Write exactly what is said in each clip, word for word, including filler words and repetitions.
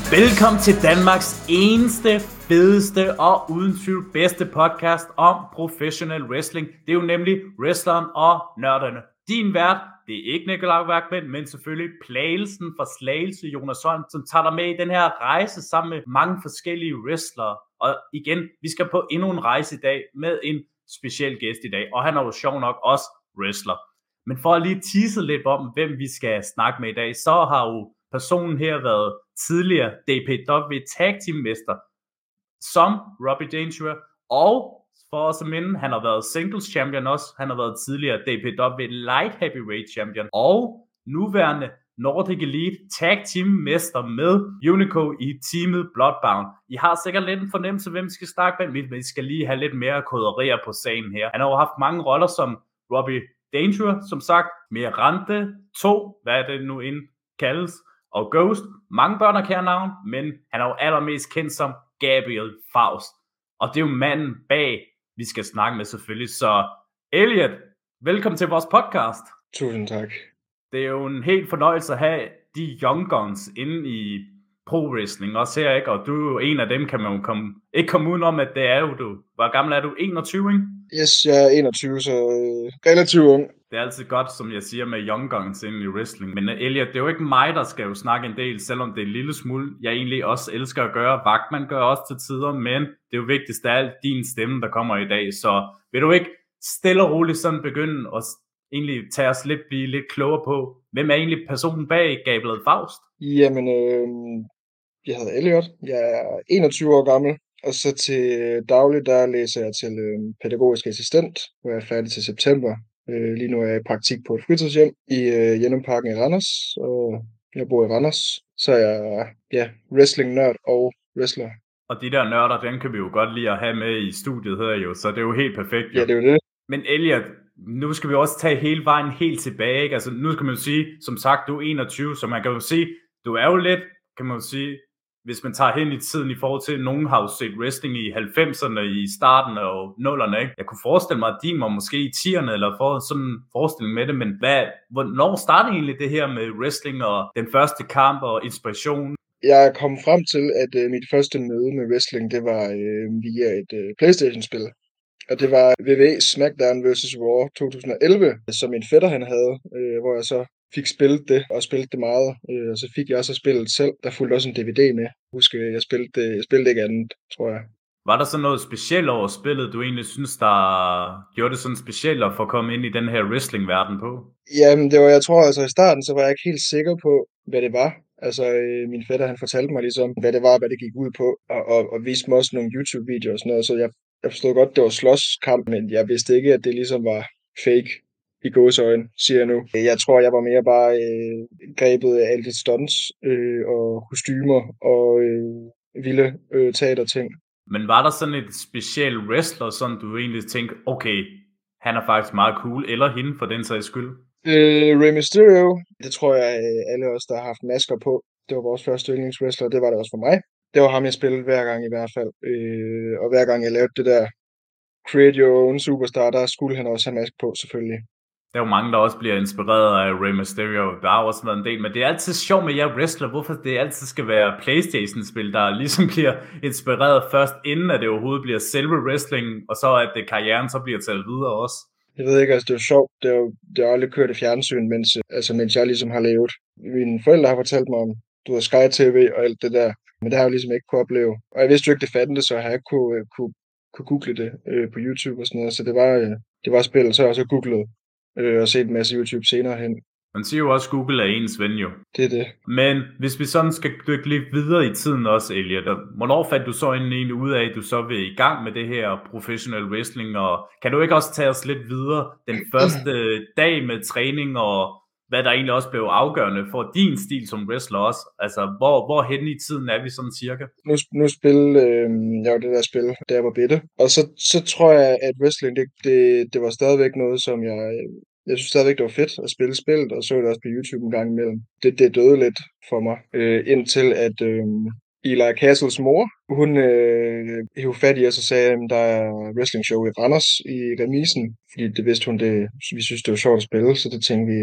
Velkommen til Danmarks eneste, fedeste og uden tvivl bedste podcast om professionel wrestling. Det er jo nemlig Wrestleren og Nørderne. Din vært, det er ikke Nikolaj Værkmænd, men selvfølgelig Plagelsen fra Slagelse, Jonas Holm, som tager dig med i den her rejse sammen med mange forskellige wrestlere. Og igen, vi skal på endnu en rejse i dag med en speciel gæst i dag, og han er jo sjov nok også wrestler. Men for at lige tease lidt om, hvem vi skal snakke med i dag, så har jo personen her været tidligere D P W Tag Team Mester som Robbie Danger, og for os at minde, han har været Singles Champion også. Han har været tidligere D P W Light Heavyweight Champion og nuværende Nordic Elite Tag Team Mester med Unico i teamet Bloodbound. I har sikkert lidt en fornemmelse, hvem vi skal snakke med, men vi skal lige have lidt mere koderier på sagen her. Han har jo haft mange roller som Robbie Danger, som sagt, Mirante to, hvad er det nu end kaldes, og Ghost. Mange børn har kære navn, men han er jo allermest kendt som Gabriel Faust. Og det er jo manden bag, vi skal snakke med selvfølgelig. Så Elliot, velkommen til vores podcast. Tusind tak. Det er jo en helt fornøjelse at have de young guns inde i pro-wrestling også her, ikke? Og du er jo en af dem, kan man jo komme, ikke komme udenom, at det er jo du. Hvor gammel er du? enogtyve, ikke? Yes, jeg er enogtyve, så øh, relativt ung. Det er altid godt, som jeg siger, med young guns inde i wrestling. Men Elliot, det er jo ikke mig, der skal jo snakke en del, selvom det er en lille smule, jeg egentlig også elsker at gøre. Vagtman gør også til tider, men det er jo vigtigst af alt din stemme, der kommer i dag. Så vil du ikke stille og roligt sådan begynde at egentlig tage os lidt, blive lidt klogere på, hvem er egentlig personen bag Gabriel Faust? Jamen, øh, jeg hedder Elliot. Jeg er enogtyve år gammel. Og så til daglig, der læser jeg til øh, pædagogisk assistent, hvor jeg er færdig til september. Øh, lige nu er jeg i praktik på et fritidshjem i øh, Hjelmparken i Randers, og jeg bor i Randers. Så er jeg ja, wrestling-nørd og wrestler. Og de der nørder, den kan vi jo godt lide at have med i studiet her jo, så det er jo helt perfekt. Jo. Ja, det er jo det. Men Elliot, nu skal vi også tage hele vejen helt tilbage, ikke? Altså nu skal man jo sige, som sagt, du er enogtyve, så man kan jo sige, du er jo lidt, kan man jo sige, hvis man tager hen i tiden i forhold til, at nogen har jo set wrestling i halvfemserne, i starten og nullerne, ikke? Jeg kunne forestille mig, at din var måske i tierne, eller få sådan en forestilling med det, men hvad, hvornår startede egentlig det her med wrestling og den første kamp og inspiration? Jeg kom frem til, at øh, mit første møde med wrestling, det var øh, via et øh, PlayStation-spil. Og det var W W E SmackDown versus. Raw to tusind og elleve, som min fætter han havde, øh, hvor jeg så fik spillet det, og spillet det meget. Øh, og så fik jeg også spillet selv. Der fulgte også en D V D med. Husk, jeg spillede, det, jeg spillede ikke andet, tror jeg. Var der så noget specielt over spillet, du egentlig synes, der gjorde det sådan specielt at få komme ind i den her wrestling-verden på? Jamen, det var, jeg tror, altså i starten, så var jeg ikke helt sikker på, hvad det var. Altså, øh, min fætter, han fortalte mig ligesom, hvad det var, hvad det gik ud på, og, og, og viste mig også nogle YouTube-videoer og sådan noget, så jeg Jeg forstod godt, det var slåskamp, men jeg vidste ikke, at det ligesom var fake i gåseøjne, siger jeg nu. Jeg tror, jeg var mere bare øh, grebet af alle de stunts øh, og kostymer og øh, vilde øh, teaterting. Men var der sådan et speciel wrestler, som du egentlig tænkte, okay, han er faktisk meget cool, eller hende for den sags skyld? Øh, Rey Mysterio, det tror jeg, alle os, der har haft masker på, det var vores første yndlingswrestler, det var det også for mig. Det var ham, jeg spillede hver gang i hvert fald. Øh, og hver gang jeg lavede det der Create Your Own Superstar, der skulle han også have maske på, selvfølgelig. Der er jo mange, der også bliver inspireret af Rey Mysterio. Der har også været en del, men det er altid sjovt med jer wrestler, hvorfor det altid skal være PlayStation-spil, der ligesom bliver inspireret først, inden at det overhovedet bliver selve wrestling, og så at det karrieren så bliver taget videre også. Jeg ved ikke, altså det er jo sjovt. Det er jo det er aldrig kørt i fjernsyn, mens, altså, mens jeg ligesom har levet. Mine forældre har fortalt mig om, du ved, Sky T V og alt det der. Men det har jeg jo ligesom ikke kunne opleve. Og jeg vidste jo ikke, det fandtes, så jeg har ikke kunne, kunne, kunne google det øh, på YouTube og sådan noget. Så det var, øh, det var spil, så har jeg også googlet øh, og set en masse YouTube senere hen. Man siger jo også, at Google er ens ven jo. Det er det. Men hvis vi sådan skal dykke lidt videre i tiden også, Elliot, hvornår fandt du så egentlig ud af, at du så vil i gang med det her professional wrestling? Og kan du ikke også tage os lidt videre den første dag med træning og hvad der egentlig også blev afgørende for din stil som wrestler også? Altså, hvor, hvor hen i tiden er vi sådan cirka? Nu, nu spillede øh, jeg jo det der spil, da jeg var bitte. Og så, så tror jeg, at wrestling, det, det, det var stadigvæk noget, som jeg... Jeg synes stadigvæk, det var fedt at spille spillet, og så det også på YouTube en gang imellem. Det, det døde lidt for mig, øh, indtil at øh, Eli Castles mor, hun øh, hævde fat i os og sagde, at der er wrestling show i Randers i remisen, fordi det vidste hun, det, vi synes, det var sjovt at spille, så det tænkte vi, nå,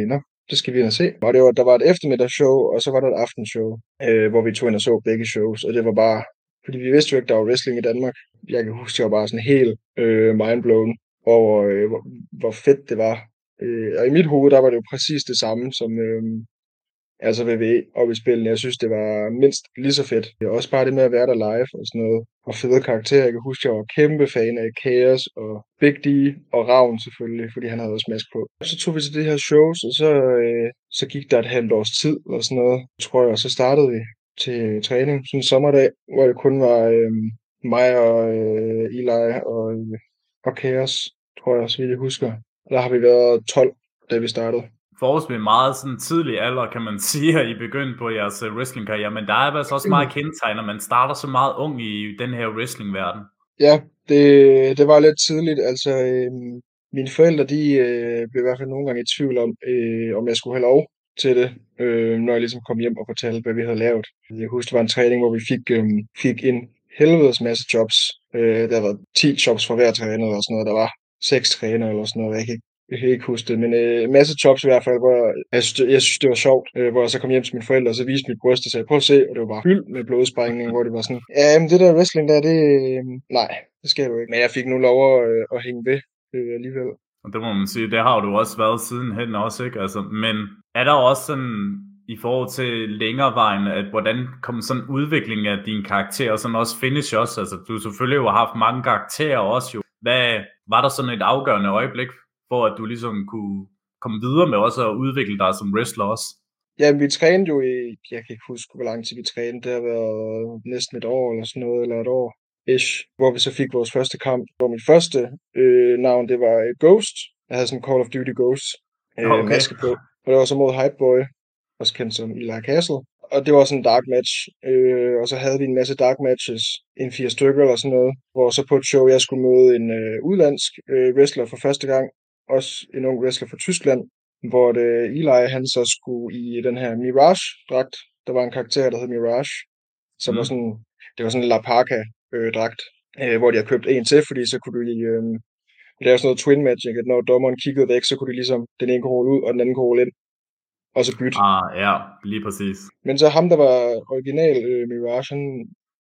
det skal vi ind og se. Og det var, der var et eftermiddagsshow, og så var der et aftenshow, øh, hvor vi tog ind og så begge shows, og det var bare, fordi vi vidste jo ikke, der var wrestling i Danmark. Jeg kan huske, jeg var bare sådan helt øh, mindblown over, øh, hvor, hvor fedt det var. Øh, og i mit hoved, der var det jo præcis det samme som, øh, altså W W E op i spillene. Jeg synes, det var mindst lige så fedt. Også bare det med at være der live og sådan noget. Og fede karakterer. Jeg kan huske, jeg var kæmpe fan af Chaos og Big D og Ravn selvfølgelig, fordi han havde også mask på. Så tog vi til det her shows, og så, øh, så gik der et halvt års tid eller sådan noget, tror jeg. Og så startede vi til træning sådan en sommerdag, hvor det kun var øh, mig og øh, Eli og, og Chaos, tror jeg, så vidt jeg husker. Og der har vi været tolv, da vi startede. Forholdsvis meget sådan tidlig alder, kan man sige, at I begyndte på jeres wrestlingkarriere, men der er altså også meget kendetegn, at man starter så meget ung i den her wrestlingverden. Ja, det, det var lidt tidligt. Altså, øh, mine forældre, de øh, blev i hvert fald nogle gange i tvivl om, øh, om jeg skulle have lov til det, øh, når jeg ligesom kom hjem og fortalte, hvad vi havde lavet. Jeg husker, det var en træning, hvor vi fik, øh, fik en helvedes masse jobs. Øh, der var ti jobs for hver træner eller sådan noget. Der var seks træner eller sådan noget. Jeg kan ikke Jeg kan ikke huske det, men øh, en masse jobs i hvert fald, hvor jeg synes, det, jeg synes, det var sjovt, øh, hvor jeg så kom hjem til mine forældre, og så viste mit bryst og sagde, prøv at se, og det var bare fyldt med blodsprængning, hvor det var sådan, ja, men det der wrestling der, det, øh, nej, det skal du ikke. Men jeg fik nu lov at, øh, at hænge ved øh, alligevel. Og det må man sige, det har du også været sidenhen også, ikke? Altså, men er der også sådan, i forhold til længerevejen, at hvordan kom sådan udviklingen af dine karakterer, og sådan også finish også, altså du selvfølgelig jo har haft mange karakterer også jo. Hvad, var der sådan et afgørende øjeblik, for at du ligesom kunne komme videre med også at udvikle dig som wrestler også? Ja, vi trænede jo i, jeg kan ikke huske, hvor lang tid vi trænede, det har været næsten et år eller sådan noget, eller et år ish, hvor vi så fik vores første kamp. Hvor mit første øh, navn, det var Ghost. Jeg havde sådan Call of Duty Ghost øh, Okay. maske på, og det var så mod Hypeboy, også kendt som Eli Castle. Og det var sådan en dark match, øh, og så havde vi en masse dark matches, en fire stykker eller sådan noget, hvor så på et show, jeg skulle møde en øh, udlandsk øh, wrestler for første gang, også en ung wrestler fra Tyskland, hvor det, Eli han så skulle i den her Mirage-dragt. Der var en karakter, der hed Mirage, som mm. var sådan, det var sådan en La Parka-dragt, øh, hvor de havde købt en til, fordi så kunne du lige øh, lave sådan noget twin magic, at når dommeren kiggede væk, så kunne de ligesom, den ene kunne rulle ud, og den anden kunne rulle ind, og så bytte. Ah, ja, lige præcis. Men så ham, der var original øh, Mirage, han,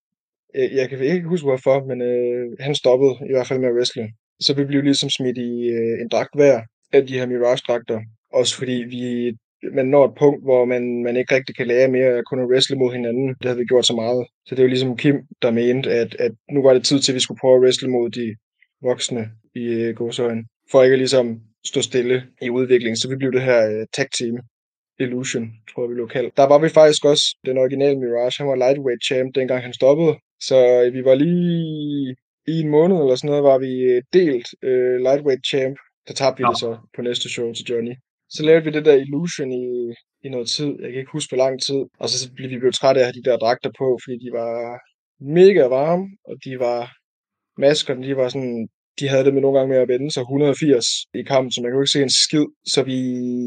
øh, jeg kan ikke huske hvorfor, men øh, han stoppede i hvert fald med at wrestle. Så vi blev ligesom smidt i øh, en dragt hver af de her Mirage-dragter. Også fordi vi, man når et punkt, hvor man, man ikke rigtig kan lære mere at kunne wrestle mod hinanden. Det havde vi gjort så meget. Så det var ligesom Kim, der mente, at, at nu var det tid til, at vi skulle prøve at wrestle mod de voksne i øh, gåseøjne. For ikke at ligesom stå stille i udviklingen. Så vi blev det her øh, tag-team. Illusion, tror jeg, vi blev kaldt. Der var vi faktisk også den originale Mirage. Han var lightweight champ, dengang han stoppede. Så øh, vi var lige i en måned eller sådan noget, var vi delt øh, lightweight champ. Der tabte vi ja. det så på næste show til Johnny. Så lavede vi det der Illusion i, i noget tid. Jeg kan ikke huske, hvor lang tid. Og så blev vi blevet trætte af at have de der dragter på, fordi de var mega varme, og de var maskerne, de var sådan, de havde det med nogle gange med at vende sig et hundrede og firs i kampen, så man kunne ikke se en skid. Så vi,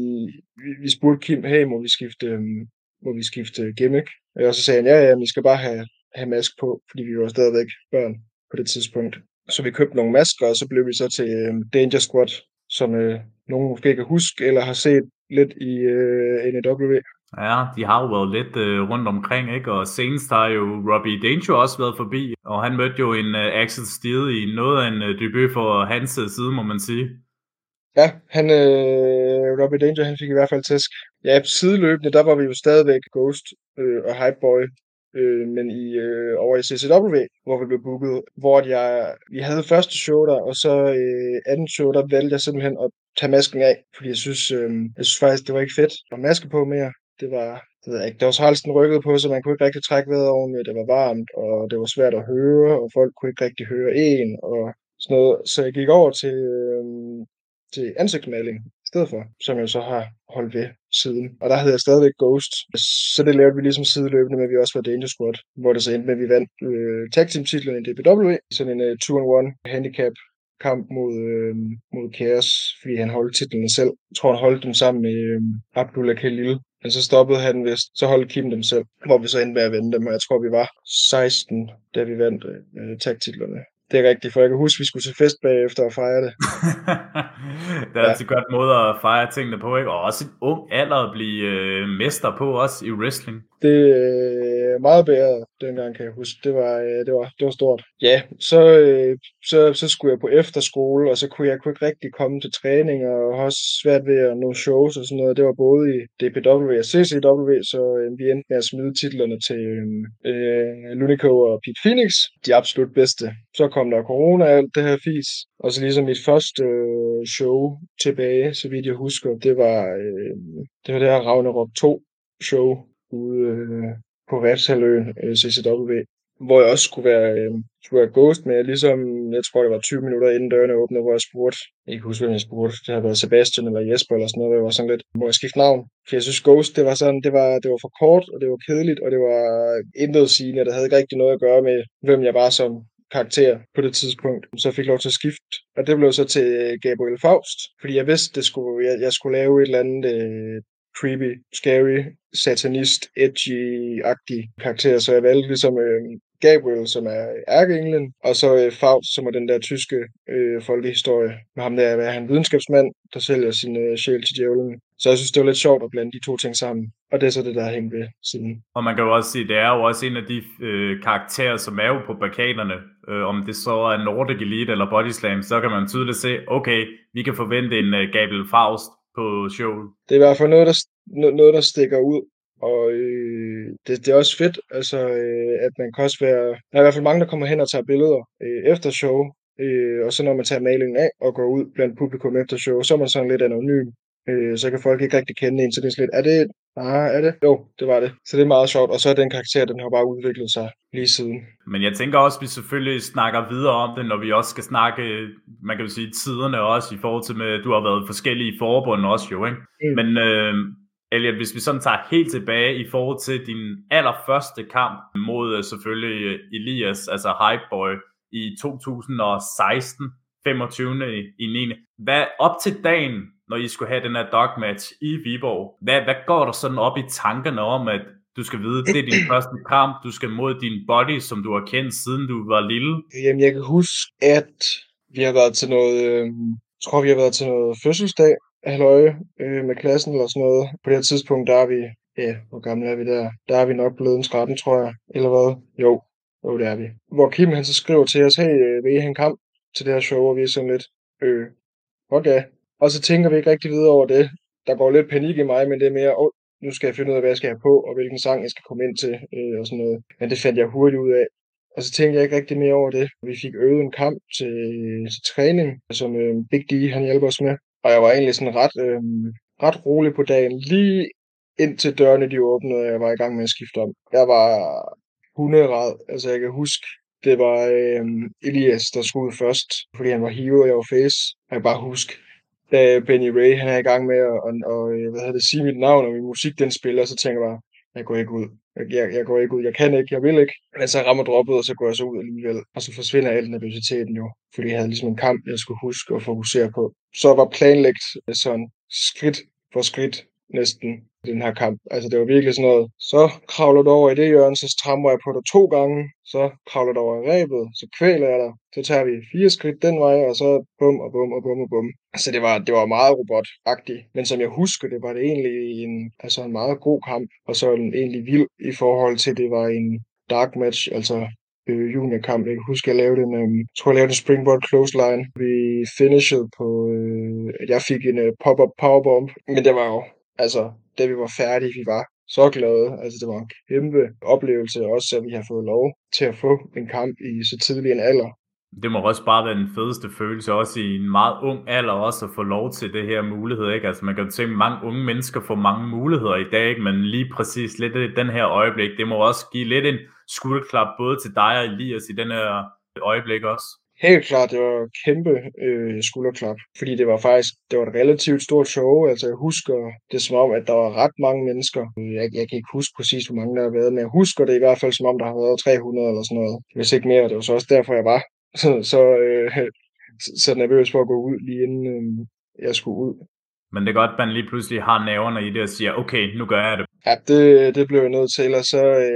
vi, vi spurgte Kim, hey, må vi skifte, må vi skifte gimmick? Og så sagde han, ja, ja, vi skal bare have, have mask på, fordi vi var stadigvæk børn på det tidspunkt. Så vi købte nogle masker, og så blev vi så til øh, Danger Squad, som øh, nogen måske kan huske, eller har set lidt i øh, N A W. Ja, de har jo været lidt øh, rundt omkring, ikke? Og senest har jo Robbie Danger også været forbi, og han mødte jo en øh, Axel Steele i noget af en øh, debut for hans øh, side, må man sige. Ja, han, øh, Robbie Danger, han fik i hvert fald tæsk. Ja, sideløbende, der var vi jo stadigvæk Ghost øh, og Hypeboy, øh, men i, øh, over i C C W, hvor vi blev booket, hvor jeg, vi havde første show der, og så øh, anden show, der valgte jeg simpelthen at tage masken af, fordi jeg synes, øh, jeg synes faktisk, det var ikke fedt at have maske på mere. Det var, det ved jeg ikke, der var så halsen rykket på, så man kunne ikke rigtig trække vejret ordentligt, det var varmt, og det var svært at høre, og folk kunne ikke rigtig høre en, og sådan noget. Så jeg gik over til, øh, til ansigtsmaling i stedet for, som jeg så har holdt ved siden. Og der havde jeg stadigvæk Ghost, så det lavede vi ligesom sideløbende med, at vi også var Danger Squad, hvor det så endte med, at vi vandt øh, tag team titlen i D P W, sådan en uh, two on one handicap kamp mod, øh, mod Chaos, fordi han holdt titlen selv. Jeg tror, han holdt dem sammen med øh, Abdullah Khalil. Men så stoppede han vist, så holdt Kim dem selv, hvor vi så endte med at vinde dem, og jeg tror, vi var seksten, da vi vandt øh, tag-titlerne. Det er rigtigt, for jeg kan huske, vi skulle til fest bagefter og fejre det. Det er Ja. altid godt måde at fejre tingene på, ikke? Og også en ung alder at blive øh, mester på, også i wrestling. Det er meget bedre dengang, kan jeg huske. Det var, øh, det var, det var stort. Ja, så, øh, så, så skulle jeg på efterskole, og så kunne jeg kunne ikke rigtig komme til træning, og har også svært ved at nå shows og sådan noget. Det var både i D P W og C C W, så øh, vi endte med at smide titlerne til øh, Lunico og Pete Phoenix, de absolut bedste. Så kom der corona og alt det her fis, og så ligesom mit første øh, show tilbage, så vidt jeg husker, det var øh, det var det her Ragnarok to show ude øh, på Vatshaløen, øh, C C W, hvor jeg også skulle være, øh, skulle være ghost med, ligesom, jeg tror det var tyve minutter inden dørene åbnede, hvor jeg spurgte, jeg kan ikke huske, hvem jeg spurgte, det har været Sebastian eller Jesper eller sådan noget, hvor jeg var sådan lidt, må jeg skifte navn? For jeg synes ghost, det var sådan, det var, det var for kort, og det var kedeligt, og det var intetsigende, og det havde ikke rigtig noget at gøre med, hvem jeg var som karakter på det tidspunkt. Så jeg fik lov til at skifte, og det blev så til Gabriel Faust, fordi jeg vidste, det skulle, jeg, jeg skulle lave et eller andet øh, creepy, scary, satanist, edgy-agtig karakter, så jeg valgte ligesom øh, Gabriel, som er ærkeenglen, og så øh, Faust, som er den der tyske øh, folkehistorie, med ham der er han videnskabsmand, der sælger sin øh, sjæl til djævlen. Så jeg synes, det var lidt sjovt at blande de to ting sammen, og det er så det, der har hængt ved siden. Og man kan jo også sige, det er jo også en af de øh, karakterer, som er jo på plakaterne. Øh, om det så er Nordic Elite eller Body Slam, så kan man tydeligt se, okay, vi kan forvente en øh, Gabriel Faust på showet. Det er i hvert fald noget, der, noget, der stikker ud, og øh, det, det er også fedt, altså, øh, at man kan også være... Der er i hvert fald mange, der kommer hen og tager billeder øh, efter show, øh, og så når man tager malingen af og går ud blandt publikum efter show, så er man sådan lidt anonym. Øh, så kan folk ikke rigtig kende en, så det er lidt, er det... Ah, er det? Jo, det var det. Så det er meget sjovt, og så er den karakter, den har bare udviklet sig lige siden. Men jeg tænker også, at vi selvfølgelig snakker videre om det, når vi også skal snakke, man kan jo sige, tiderne også, i forhold til, med, du har været forskellige forbund også jo, ikke? Mm. Men øh, Elliot, hvis vi sådan tager helt tilbage i forhold til din allerførste kamp mod øh, selvfølgelig Elias, altså Hypeboy, i to tusind og seksten, femogtyvende i niende Hvad op til dagen, når I skulle have den her dogmatch i Viborg, hvad, hvad går der sådan op i tankerne om, at du skal vide, det er din første kamp, du skal mod din body, som du har kendt siden du var lille? Jamen, jeg kan huske, at vi har været til noget, øh, jeg tror, vi har været til noget fødselsdag, halløje, øh, med klassen eller sådan noget. På det her tidspunkt, der er vi, ja, hvor gamle er vi der? Der er vi nok blevet en tretten, tror jeg, eller hvad? Jo, jo, det er vi. Hvor Kim, han så skriver til os, hey, vil I have en kamp til det her show, og vi er sådan lidt, øh, okay. Og så tænker vi ikke rigtig videre over det. Der går lidt panik i mig, men det er mere, åh, nu skal jeg finde ud af, hvad jeg skal have på, og hvilken sang jeg skal komme ind til, øh, og sådan noget. Men det fandt jeg hurtigt ud af. Og så tænkte jeg ikke rigtig mere over det. Vi fik øvet en kamp til, til træning, som øh, Big D, han hjælper os med. Og jeg var egentlig sådan ret, øh, ret rolig på dagen, lige indtil dørene de åbnede, og jeg var i gang med at skifte om. Jeg var hunderad. Altså jeg kan huske, det var øh, Elias, der skulle ud først, fordi han var heel, og jeg var face. Jeg kan bare huske, da Benny Ray, han er i gang med at og, og, hvad hedder det, sige mit navn, og min musik, den spiller, så tænker jeg bare, jeg går ikke ud. Jeg, jeg, jeg går ikke ud. Jeg kan ikke. Jeg vil ikke. Men så rammer droppet, og så går jeg så ud alligevel. Og så forsvinder al nervøsiteten jo. Fordi jeg havde ligesom en kamp, jeg skulle huske og fokusere på. Så var planlagt sådan skridt for skridt næsten den her kamp. Altså det var virkelig sådan noget. Så kravler du over i det hjørne, så strammer jeg på dig to gange. Så kravler du over i rebet, så kvæler jeg dig. Så tager vi fire skridt den vej, og så bum og bum og bum og bum. Så det var, det var meget robotagtigt. Men som jeg husker det, var det egentlig en, altså en meget god kamp. Og så en egentlig vild i forhold til, det var en dark match, altså øh, juniorkamp. Jeg kan huske, jeg lavede en, øh, jeg tror jeg lavede en springboard clothesline. Vi finishede på, øh, at jeg fik en øh, pop-up powerbomb. Men det var jo, altså, da vi var færdige, vi var så glade. Altså, det var en kæmpe oplevelse også, at vi har fået lov til at få en kamp i så tidlig en alder. Det må også bare være den fedeste følelse, også i en meget ung alder, også at få lov til det her mulighed, ikke? Altså, man kan jo tænke, at mange unge mennesker får mange muligheder i dag, ikke? Men lige præcis lidt i den her øjeblik, det må også give lidt en skulderklap både til dig og Elias i den her øjeblik også. Helt klart, det var et kæmpe øh, skulderklap, fordi det var faktisk det var et relativt stort show. Altså jeg husker det som om, at der var ret mange mennesker. Jeg, jeg kan ikke huske præcis, hvor mange der har været, men jeg husker det i hvert fald som om, der har været tre hundrede eller sådan noget. Hvis ikke mere, det var så også derfor, jeg var så, så, øh, så nervøs for at gå ud, lige inden øh, jeg skulle ud. Men det er godt, at man lige pludselig har nerverne i det og siger, okay, nu gør jeg det. Ja, det, det blev jeg nødt til, og så... Øh,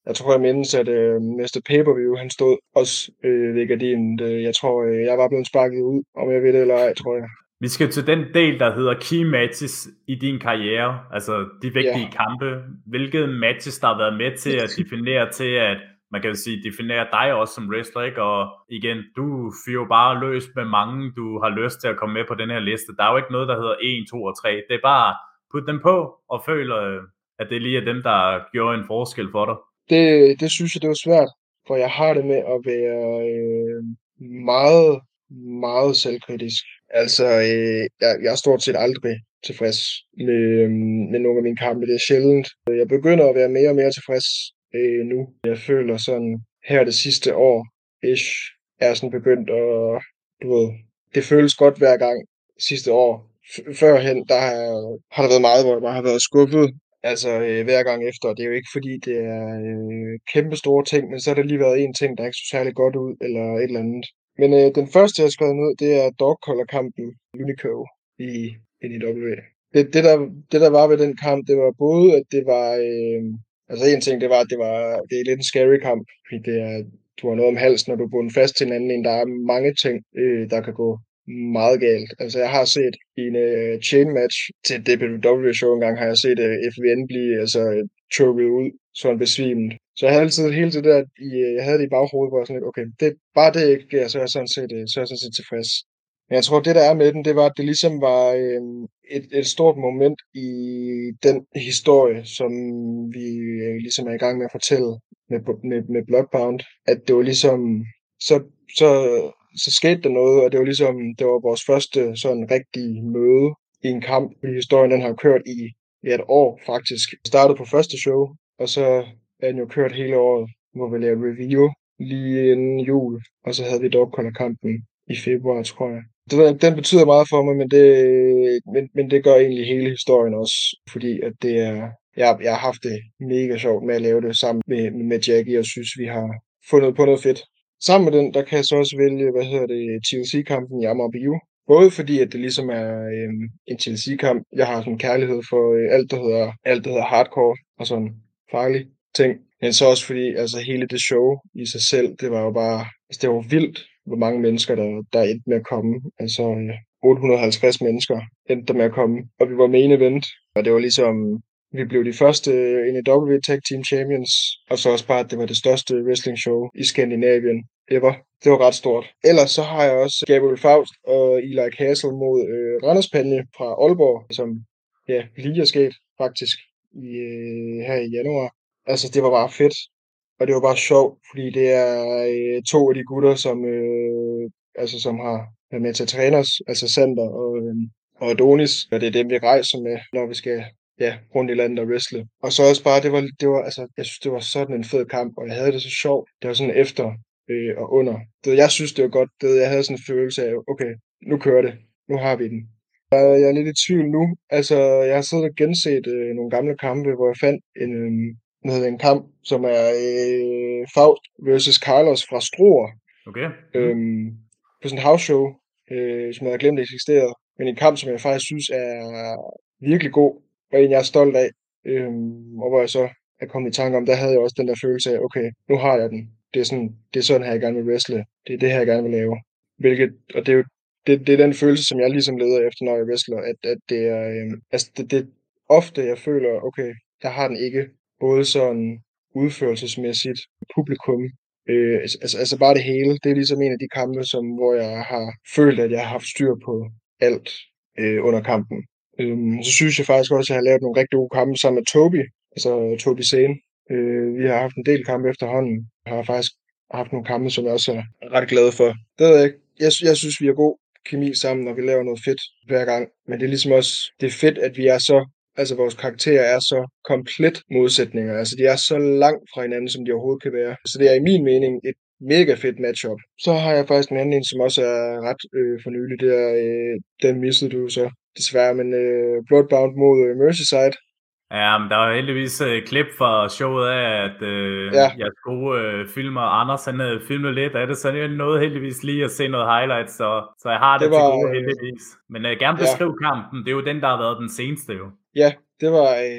Jeg tror, jeg mindes, at øh, næste pay-per-view, han stod også øh, ved gardinen. Det, jeg tror, øh, jeg var blevet sparket ud, om jeg ved det eller ej, tror jeg. Vi skal til den del, der hedder key matches i din karriere, altså de vigtige Ja. kampe. Hvilke matches, der har været med til at definere til, at man kan jo sige, definere dig også som wrestler, ikke? Og igen, du fyrer jo bare løs med mange, du har lyst til at komme med på den her liste. Der er jo ikke noget, der hedder en, to og tre. Det er bare, put dem på og føl, øh, at det lige er dem, der gjorde en forskel for dig. Det, det synes jeg, det var svært, for jeg har det med at være øh, meget, meget selvkritisk. Altså, øh, jeg, jeg er stort set aldrig tilfreds med, øh, med nogle af mine kampe. Det er sjældent. Jeg begynder at være mere og mere tilfreds øh, nu. Jeg føler sådan, her det sidste år, ish, er sådan begyndt at, du ved, det føles godt hver gang sidste år. F- førhen, der har, har der været meget, hvor jeg bare har været skuffet. Altså øh, hver gang efter, det er jo ikke fordi, det er øh, kæmpe store ting, men så har der lige været en ting, der ikke så særlig godt ud, eller et eller andet. Men øh, den første, jeg har skrevet ned, det er dog collar kampen Unico i N E W. Det, det, der, det der var ved den kamp, det var både, at det var, øh, altså en ting, det var, at det var, det er lidt en scary kamp, fordi det er, du har noget om halsen, når du er bundet fast til en anden en. Der er mange ting, øh, der kan gå meget galt. Altså jeg har set i en uh, chain match til et W W E-show engang, har jeg set uh, F V N blive altså, choket ud, så han besvimet. Så jeg havde altid hele det der, i, jeg havde det i baghovedet, hvor jeg sådan lidt, okay, det, bare det ikke sker, så er jeg sådan set, så er jeg sådan set tilfreds. Men jeg tror, det der er med den, det var, at det ligesom var øh, et, et stort moment i den historie, som vi øh, ligesom er i gang med at fortælle med, med, med Bloodbound. At det var ligesom, så, så, så skete der noget, og det var ligesom, det var vores første sådan rigtige møde i en kamp. Historien den har kørt i, i et år faktisk. Vi startede på første show, og så er den jo kørt hele året, hvor vi lavede review lige inden jul, og så havde vi dog kampen i februar, tror jeg. Den, den betyder meget for mig, men det, men, men det gør egentlig hele historien også, fordi at det er, jeg, jeg har haft det mega sjovt med at lave det sammen med, med Jackie, og synes, vi har fundet på noget fedt. Sammen med den, der kan jeg så også vælge, hvad hedder det, T L C-kampen i Amager Bio. Både fordi, at det ligesom er øhm, en T L C-kamp. Jeg har sådan en kærlighed for øh, alt, der hedder, alt, der hedder hardcore og sådan farlige ting. Men så også fordi, altså hele det show i sig selv, det var jo bare, altså det var vildt, hvor mange mennesker, der, der endte med at komme. Altså øh, otte hundrede og halvtreds mennesker endte der med at komme, og vi var main event. Og det var ligesom, vi blev de første N E W Tag Team Champions, og så også bare, at det var det største wrestling show i Skandinavien ever. Det var ret stort. Ellers så har jeg også Gabriel Faust og Eli Castle mod øh, Randers Panje fra Aalborg, som ja, lige er sket faktisk i, øh, her i januar. Altså, det var bare fedt, og det var bare sjovt, fordi det er øh, to af de gutter, som, øh, altså, som har været med til at træne os, altså Sander og, øh, og Adonis, og det er dem, vi rejser med, når vi skal ja, rundt i landet og wrestle. Og så også bare, det var, det var, altså, jeg synes, det var sådan en fed kamp, og jeg havde det så sjovt. Det var sådan efter øh, og under. Det, jeg synes, det var godt. Det, jeg havde sådan en følelse af, okay, nu kører det. Nu har vi den. Jeg er lidt i tvivl nu. Altså, jeg har siddet og genset øh, nogle gamle kampe, hvor jeg fandt en, øh, hvad hedder det, en kamp, som er øh, Faust versus Carlos fra Struer. Okay. Mm. Øhm, på sådan en house show, øh, som jeg havde glemt eksisterede. Men en kamp, som jeg faktisk synes er virkelig god, og en jeg er stolt af. Øhm, og hvor jeg så er kommet i tanke om, der havde jeg også den der følelse af, okay, nu har jeg den. Det er sådan, det er sådan her, jeg gerne vil wrestle. Det er det her, jeg gerne vil lave. Hvilket, og det er jo det, det er den følelse, som jeg ligesom leder efter, når jeg wrestler, at, at det er, øhm, altså det, det ofte, jeg føler, okay, jeg har den ikke, både sådan udførelsesmæssigt, publikum, øh, altså, altså bare det hele. Det er ligesom en af de kampe, som, hvor jeg har følt, at jeg har haft styr på alt øh, under kampen. Øhm, så synes jeg faktisk også, at jeg har lavet nogle rigtig gode kampe sammen med Toby, altså Toby Sane. Øh, vi har haft en del kampe efterhånden. Jeg har faktisk haft nogle kampe, som jeg også er ret glad for. Det ved jeg ikke. Jeg, jeg synes, vi har god kemi sammen, når vi laver noget fedt hver gang. Men det er ligesom også, det er fedt, at vi er så, altså vores karakterer er så komplet modsætninger. Altså de er så langt fra hinanden, som de overhovedet kan være. Så det er i min mening et mega fedt matchup. Så har jeg faktisk en anden en, som også er ret øh, for nylig. Det er, øh, den missede du så desværre, men øh, Bloodbound mod øh, Merseyside. Ja, men der var heldigvis et uh, klip fra showet af, at uh, ja. jeg gode uh, filmer, Anders han havde filmet lidt af det, så jeg nåede heldigvis lige at se noget highlights, så, så jeg har det, det var, til gode heldigvis. Men uh, gerne beskriv ja. kampen, det er jo den, der har været den seneste jo. Ja, det var, øh,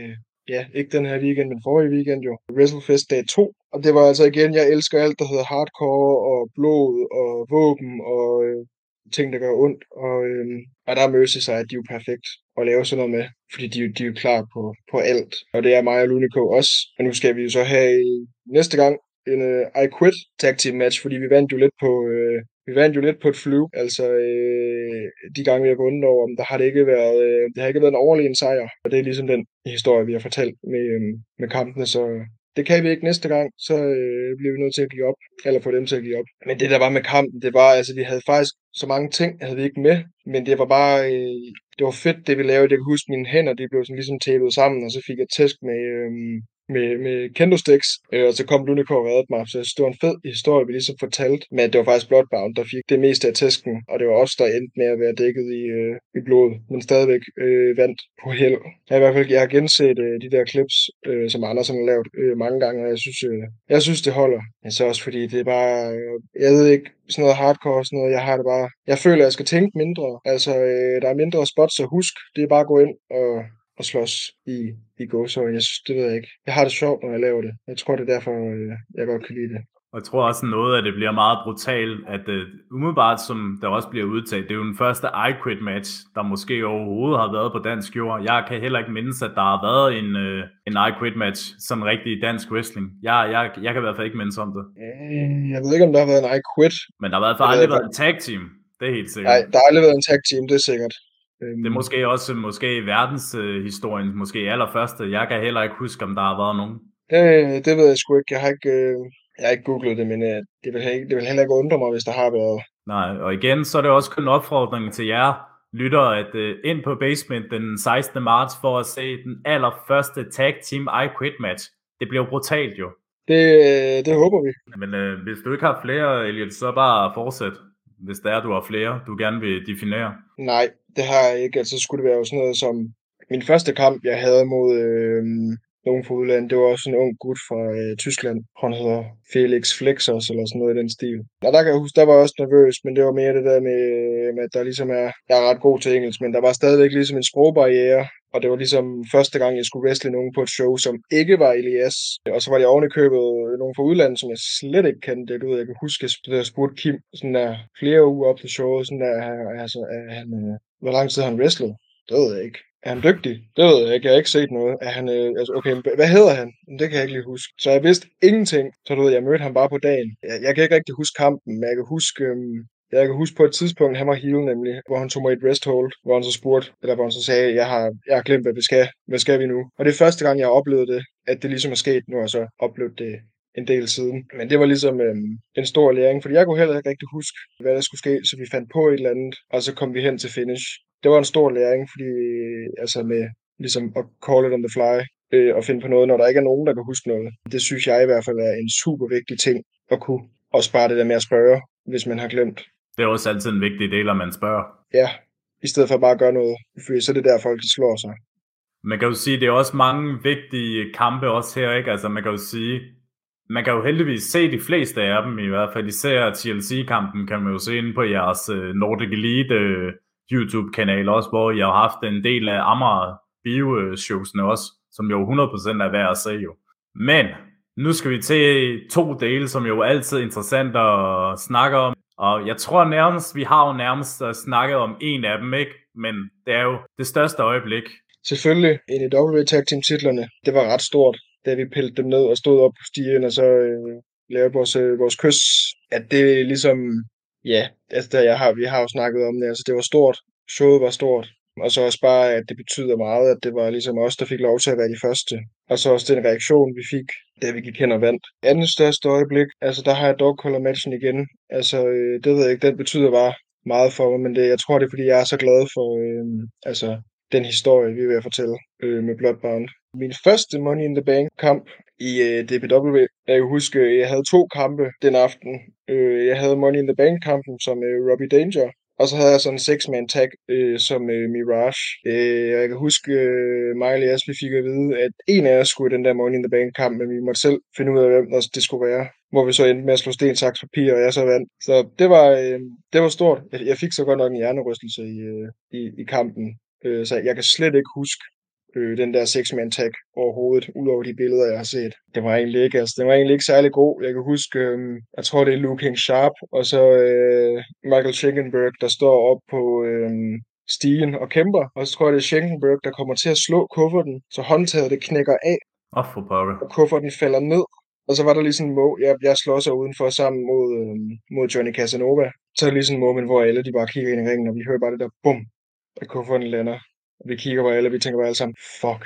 ja, ikke den her weekend, men forrige weekend jo, WrestleFest dag to. Og det var altså igen, jeg elsker alt, der hedder hardcore og blod og våben og øh, ting, der gør ondt. Og, øh, og der er Merseyside, de er jo perfekt at lave sådan noget med, fordi de, de er jo klar på, på alt. Og det er mig og Lunico også. Og nu skal vi jo så have næste gang en uh, I Quit tag team match, fordi vi vandt jo lidt på... Øh, Vi vandt jo lidt på et fluke, altså øh, de gange vi har vundet over dem, der har det ikke været, øh, det har ikke været en overlegen sejr, og det er ligesom den historie, vi har fortalt med, øh, med kampene, så det kan vi ikke næste gang, så øh, bliver vi nødt til at give op, eller få dem til at give op. Men det der var med kampen, det var, altså vi havde faktisk så mange ting, havde vi ikke med, men det var bare, øh, det var fedt det vi lavede, jeg kan huske mine hænder, de blev sådan ligesom tæppet sammen, og så fik jeg tæsk med... Øh, med, med kendo sticks, øh, og så kom Lunico og reddede mig, så jeg synes, det var en fed historie, vi ligesom fortalte, men at det var faktisk Bloodbound, der fik det meste af tæsken, og det var os, der endte med at være dækket i, øh, i blod, men stadigvæk øh, vandt på held. Jeg har i hvert fald jeg har genset øh, de der clips, øh, som Andersen har lavet øh, mange gange, og jeg synes, øh, jeg synes, det holder. Men så også fordi det er bare, øh, jeg ved ikke, sådan noget hardcore og sådan noget, jeg har det bare, jeg føler, at jeg skal tænke mindre, altså øh, der er mindre spots at huske, det er bare at gå ind og og slås i, i gåsøjne. Jeg synes, det ved jeg ikke. Jeg har det sjovt, når jeg laver det. Jeg tror, det er derfor, jeg godt kan lide det. Og jeg tror også noget, at det bliver meget brutalt, at uh, umiddelbart, som der også bliver udtaget, det er jo den første I Quit match, der måske overhovedet har været på dansk jord. Jeg kan heller ikke mindes, at der har været en, uh, en I Quit match, sådan rigtig dansk wrestling. Jeg, jeg, jeg kan i hvert fald ikke mindes om det. Jeg ved ikke, om der har været en I Quit. Men der har i hvert fald aldrig været en tag team. Det er helt sikkert. Nej, der har aldrig været en tag team, det er sikkert. Det er måske også måske verdenshistorien, uh, måske allerførste. Jeg kan heller ikke huske, om der har været nogen. Det, det ved jeg sgu ikke. Jeg har ikke, øh, jeg har ikke googlet det, men øh, det, vil ikke, det vil heller ikke undre mig, hvis der har været. Nej, og igen, så er det også kun en opfordring til jer lyttere, at uh, ind på Basement den sekstende marts for at se den allerførste tag team I Quit match. Det bliver brutalt jo. Det, det håber vi. Men uh, hvis du ikke har flere, Elliot, så bare fortsæt. Hvis der er, du har flere, du gerne vil definere. Nej, det har jeg ikke. Altså skulle det være jo sådan noget som min første kamp, jeg havde mod øh, nogen fra udlandet. Det var også en ung gut fra øh, Tyskland. Han hedder Felix Flexers eller sådan noget i den stil. Og der kan jeg huske, der var jeg også nervøs, men det var mere det der med, med at der ligesom er, jeg er ret god til engelsk, men der var stadigvæk ligesom en sprogbarriere. Og det var ligesom første gang, jeg skulle wrestle nogen på et show, som ikke var Elias. Og så var det oven i købet nogen fra udlandet, som jeg slet ikke kendte. Du ved, jeg kan huske, at jeg spurgte Kim sådan der flere uger op til showet, sådan der, altså, er han, øh, hvor lang tid har han wrestlet? Det ved jeg ikke. Er han dygtig? Det ved jeg ikke. Jeg har ikke set noget. Er han, øh, altså, okay, hvad hedder han? Det kan jeg ikke lige huske. Så jeg vidste ingenting. Så du ved, jeg mødte ham bare på dagen. Jeg, jeg kan ikke rigtig huske kampen, men jeg kan huske... Øh, Jeg kan huske på et tidspunkt, han var heel nemlig, hvor han tog mig i et rest hold, hvor han så spurgte, eller hvor han så sagde, jeg har, jeg har glemt, hvad vi skal. Hvad skal vi nu? Og det er første gang, jeg har oplevet det, at det ligesom er sket. Nu har jeg så oplevet det en del siden. Men det var ligesom øhm, en stor læring, fordi jeg kunne heller ikke rigtig huske, hvad der skulle ske, så vi fandt på et eller andet, og så kom vi hen til finish. Det var en stor læring, fordi altså med ligesom at call it on the fly, øh, og finde på noget, når der ikke er nogen, der kan huske noget. Det synes jeg i hvert fald er en super vigtig ting at kunne. Også bare det der med at spørge, hvis man har glemt. Det er også altid en vigtig del, at man spørger. Ja, i stedet for bare at gøre noget, fordi så er det der, folk de slår sig. Man kan jo sige, det er også mange vigtige kampe også her, ikke? Altså man kan jo sige, man kan jo heldigvis se de fleste af dem, i hvert fald især T L C-kampen, kan man jo se inde på jeres Nordic Elite YouTube-kanal også, hvor I har haft en del af Amager bio-showsene også, som jo hundrede procent er værd at se jo. Men nu skal vi til to dele, som jo altid er interessant at snakke om. Og jeg tror nærmest, vi har jo nærmest snakket om en af dem, ikke? Men det er jo det største øjeblik. Selvfølgelig, N E W Tag Team titlerne, det var ret stort, da vi pillede dem ned og stod op på stigen, og så øh, lavede vores, øh, vores kys. At det ligesom, ja, altså der, jeg har, vi har jo snakket om det, altså det var stort, showet var stort. Og så også bare, at det betyder meget, at det var ligesom os, der fik lov til at være de første. Og så også den reaktion, vi fik, da vi gik hen og vandt. Andet største øjeblik, altså der har jeg dog color matchen igen. Altså, øh, det ved jeg ikke, den betyder bare meget for mig, men det, jeg tror, det er, fordi jeg er så glad for øh, altså, den historie, vi er ved at fortælle øh, med Bloodbound. Min første Money in the Bank kamp i øh, D P W, jeg kan huske, jeg havde to kampe den aften. Øh, jeg havde Money in the Bank kampen som øh, Robbie Danger. Og så havde jeg sådan en six-man tag øh, som øh, Mirage. Øh, jeg kan huske, øh, mig og Elias, vi fik at vide, at en af os skulle i den der Money in the Bank kamp, men vi måtte selv finde ud af, hvem det skulle være. Hvor vi så endte med at slå sten, saks, papir, og jeg så vandt. Så det var, øh, det var stort. Jeg, jeg fik så godt nok en hjernerystelse i, øh, i, i kampen. Øh, så jeg kan slet ikke huske øh, den der six-man tag overhovedet, udover de billeder, jeg har set. Det var egentlig ikke, altså, det var egentlig ikke særlig god. Jeg kan huske, øh, jeg tror, det er Looking Sharp, og så øh, Michael Schenkenberg, der står op på øh, stigen og kæmper, og så tror jeg, det er Schenkenberg, der kommer til at slå kufferten, så håndtaget det knækker af, Åh, oh, for pokker. og kufferten falder ned. Og så var der lige sådan en må, jeg, jeg slår sig udenfor sammen mod, øh, mod Johnny Casanova. Så er det lige sådan en moment, hvor alle de bare kigger ind i ringen, og vi hører bare det der bum, at kufferten lander. Og vi kigger på alle, og vi tænker bare alle sammen, fuck.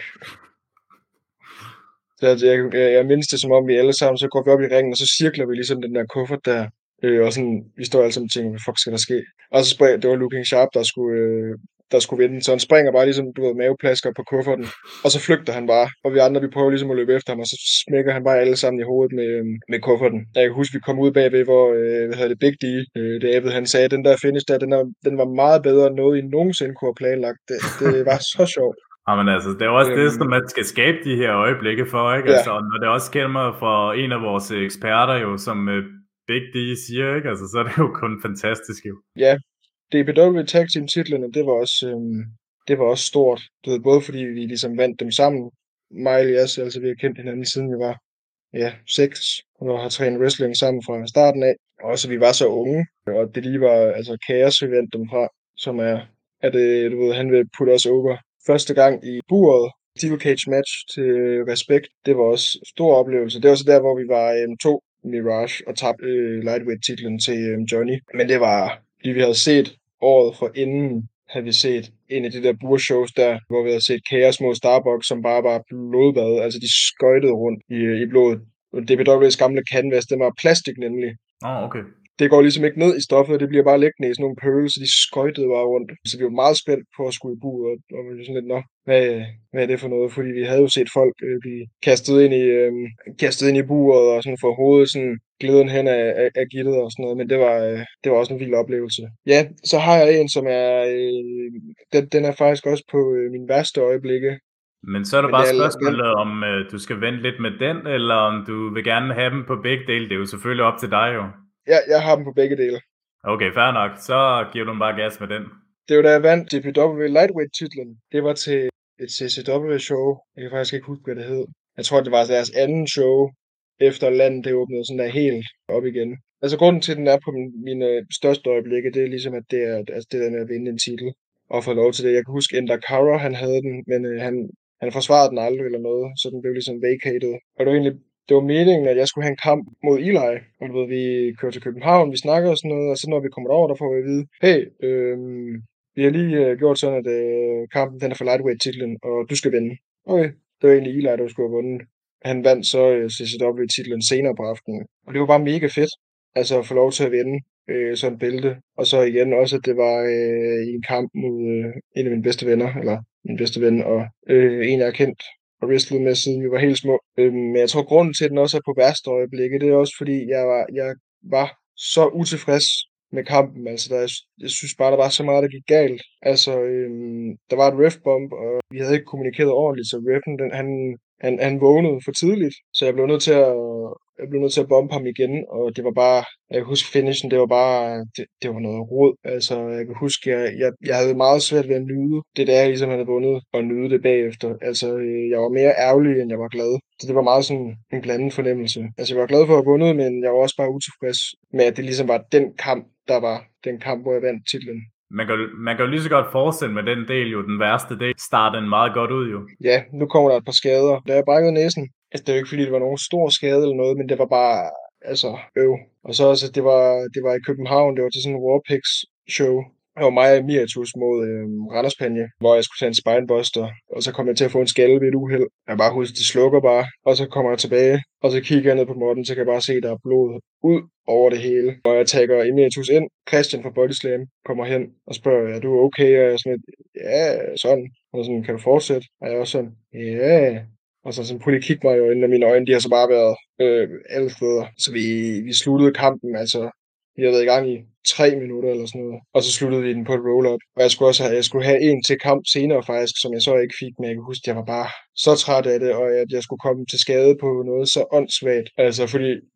Så jeg, jeg, jeg, jeg mindes det som om vi alle sammen, så går vi op i ringen, og så cirkler vi ligesom den der kuffert der. Øh, og sådan, vi står alle sammen og tænker, hvad fuck skal der ske? Og så sprang, det var Looking Sharp, der skulle, øh, der skulle vinde. Så han springer bare ligesom, du ved, maveplasker på kufferten. Og så flygter han bare. Og vi andre, vi prøver ligesom at løbe efter ham, og så smækker han bare alle sammen i hovedet med, øh, med kufferten. Jeg kan huske, vi kom ud bagved, hvor, øh, hvad hedder det, Big D, øh, David, han sagde, at den der finish der, den, er, den var meget bedre end noget, I nogensinde kunne have planlagt. Det, det var så sjovt. Jamen altså, det er også øhm, det, som man skal skabe de her øjeblikke for, ikke? Ja. Altså, og når det også kommer fra en af vores eksperter jo, som uh, Big D siger, ikke? Altså, så er det jo kun fantastisk jo. Ja, D P W Tag Team titlerne, det var også, øhm, det var også stort. Det var både fordi vi ligesom vandt dem sammen, mig og Elias, altså vi har kendt hinanden siden vi var, ja, seks, og har trænet wrestling sammen fra starten af. Og også vi var så unge, og det lige var, altså Chaos, vi vandt dem fra, som er, at du ved, han vil putte os over. Første gang i buret, Steel Cage match til Respekt, det var også en stor oplevelse. Det var også der, hvor vi var øhm, to Mirage og tabte øh, lightweight-titlen til øhm, Johnny. Men det var, fordi vi havde set året for inden, havde vi set en af de der burshows der, hvor vi havde set Chaos mod Starbucks, som bare var blodbad. Altså de skøjtede rundt i, i blodet. D P W's gamle canvas, den var plastik nemlig. Åh, oh, okay. Det går ligesom ikke ned i stoffet, og det bliver bare liggende i sådan nogle pøle, så de skøjtede bare rundt. Så vi var meget spændt på at skulle i buret, og, og vi var sådan lidt, nå, hvad, hvad er det for noget? Fordi vi havde jo set folk øh, blive kastet ind i, øh, kastet ind i buret, og sådan få hovedet sådan glæden hen af, af, af gittet og sådan noget, men det var, øh, det var også en vild oplevelse. Ja, så har jeg en, som er, øh, den, den er faktisk også på øh, min værste øjeblikke. Men så er det men bare det er, spørgsmålet, den... om øh, du skal vente lidt med den, eller om du vil gerne have dem på begge dele. Det er jo selvfølgelig op til dig jo. Ja, jeg har dem på begge dele. Okay, fair nok. Så giver du bare gas med den. Det var da jeg vandt D P W Lightweight-titlen. Det var til et C C W-show. Jeg kan faktisk ikke huske, hvad det hed. Jeg tror, det var deres anden show, efter landet det åbnede sådan der helt op igen. Altså grunden til, at den er på mine største øjeblikke, det er ligesom, at det er altså det der med at vinde en titel og få lov til det. Jeg kan huske, Ender Kara, han havde den, men øh, han, han forsvarede den aldrig eller noget, så den blev ligesom vacated. Og det var egentlig det var meningen, at jeg skulle have en kamp mod Eli. Og du ved, vi kører til København, vi snakker og sådan noget, og så når vi kommer over, der får vi at vide, hey, øh, vi har lige øh, gjort sådan, at øh, kampen den er for lightweight-titlen, og du skal vinde. Okay, det var egentlig Eli, der skulle have vundet. Han vandt så øh, C C W-titlen senere på aftenen. Og det var bare mega fedt, altså at få lov til at vinde øh, sådan et bælte. Og så igen også, at det var øh, i en kamp mod øh, en af mine bedste venner, eller min bedste ven, og øh, en, jeg har kendt og wrestlet med, siden vi var helt små. Øhm, men jeg tror, grunden til, at den også er på værste øjeblikke, det er også, fordi jeg var, jeg var så utilfreds med kampen. Altså, der, jeg synes bare, der var så meget, der gik galt. Altså, øhm, der var et ref-bump, og vi havde ikke kommunikeret ordentligt, så refen, den, han, han, han vågnede for tidligt. Så jeg blev nødt til at, jeg blev nødt til at bombe ham igen, og det var bare, jeg kan huske finishen, det var bare, det, det var noget rod. Altså, jeg kan huske, jeg, jeg, jeg havde meget svært ved at nyde det, der jeg ligesom havde vundet, og nyde det bagefter. Altså, jeg var mere ærgerlig, end jeg var glad. Så det var meget sådan en blandet fornemmelse. Altså, jeg var glad for at have vundet, men jeg var også bare utilfreds med, at det ligesom var den kamp, der var den kamp, hvor jeg vandt titlen. Man kan, man kan jo lige så godt forestille med den del, jo den værste del, startede meget godt ud jo. Ja, nu kommer der et par skader. Da jeg brækkede næsen, altså det er jo ikke fordi, det var nogen stor skade eller noget, men det var bare, altså, øv. Og så også, det var, det var i København, det var til sådan en Warpix show. Det var mig og Miritus mod øh, Randerspanje, hvor jeg skulle tage en spinebuster, og så kom jeg til at få en skalle ved et uheld. Jeg bare husker, det slukker bare, og så kommer jeg tilbage, og så kigger jeg ned på Morten, så kan jeg bare se, at der er blod ud over det hele. Og jeg tager Emeritus ind, Christian fra Bodyslam kommer hen og spørger, er du okay? Og jeg er sådan lidt, ja, sådan. Og sådan, kan du fortsætte? Og jeg er også sådan, ja. Og så sådan, prøv lige at kigge mig i øjnene, og mine øjne, de har så bare været øh, alle steder. Så vi, vi sluttede kampen, altså, vi har været i gang i tre minutter eller sådan noget. Og så sluttede vi den på et roll-up. Og jeg skulle også have, jeg skulle have en til kamp senere faktisk, som jeg så ikke fik, men jeg kan huske, at jeg var bare så træt af det, og at jeg skulle komme til skade på noget så åndssvagt. Altså, fordi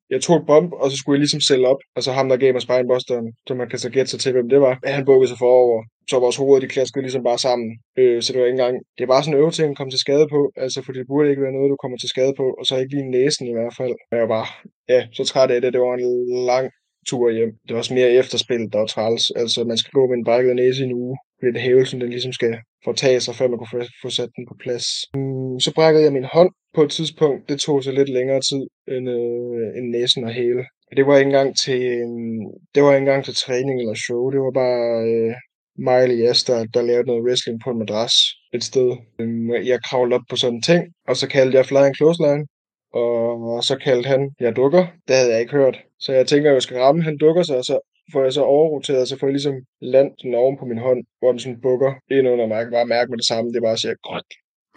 jeg tog et bump, og så skulle jeg ligesom sælge op, og så ham, der gav mig spinebusteren, så man kan så gætte sig til, hvem det var. Han bukkede sig forover, så vores hoveder, de klaskede ligesom bare sammen. Øh, så det var ikke engang, det er bare sådan en øveting at komme til skade på, altså for det burde ikke være noget, du kommer til skade på, og så ikke lige næsen i hvert fald. Jeg var bare, ja, så træt af det, det var en lang tur hjem. Det var også mere efterspil, der var træls. Altså, man skal gå med en brækket næse i en uge, fordi det hævelsen, den ligesom skal fortage sig, før man kunne få, få sat den på plads. Mm, så brækkede jeg min hånd på et tidspunkt. Det tog så lidt længere tid end, øh, end næsen og hæle. Det var ikke engang til, øh, det var ikke engang til træning eller show. Det var bare øh, mig og Elias, der, der lavede noget wrestling på en madras et sted. Øh, jeg kravlede op på sådan en ting, og så kaldte jeg flying clothesline. Og så kaldte han, jeg dukker. Det havde jeg ikke hørt. Så jeg tænker, at jeg skal ramme. Han dukker sig, og så får jeg så overroteret, og så får jeg ligesom land den oven på min hånd, hvor den sådan bukker ind under mig. Jeg kan bare mærke med det samme. Det er bare siger, godt.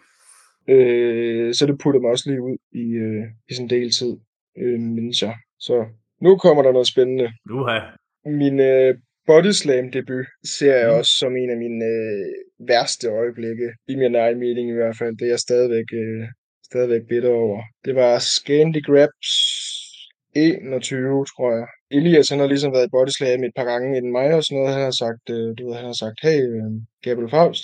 Øh, så det putter mig også lige ud i, øh, i sådan en del tid, øh, mens jeg. Så nu kommer der noget spændende. Uha. Min øh, bodyslam debut ser jeg mm. også som en af mine øh, værste øjeblikke. I min egen mening i hvert fald. Det er jeg stadigvæk... Øh, stadigvæk bitter over. Det var Scandi Grabs enogtyve, tror jeg. Elias, han har ligesom været i bodyslam et par gange inden mig og sådan noget. Han har sagt, øh, du ved, han har sagt, hey, øh, Gabriel Faust,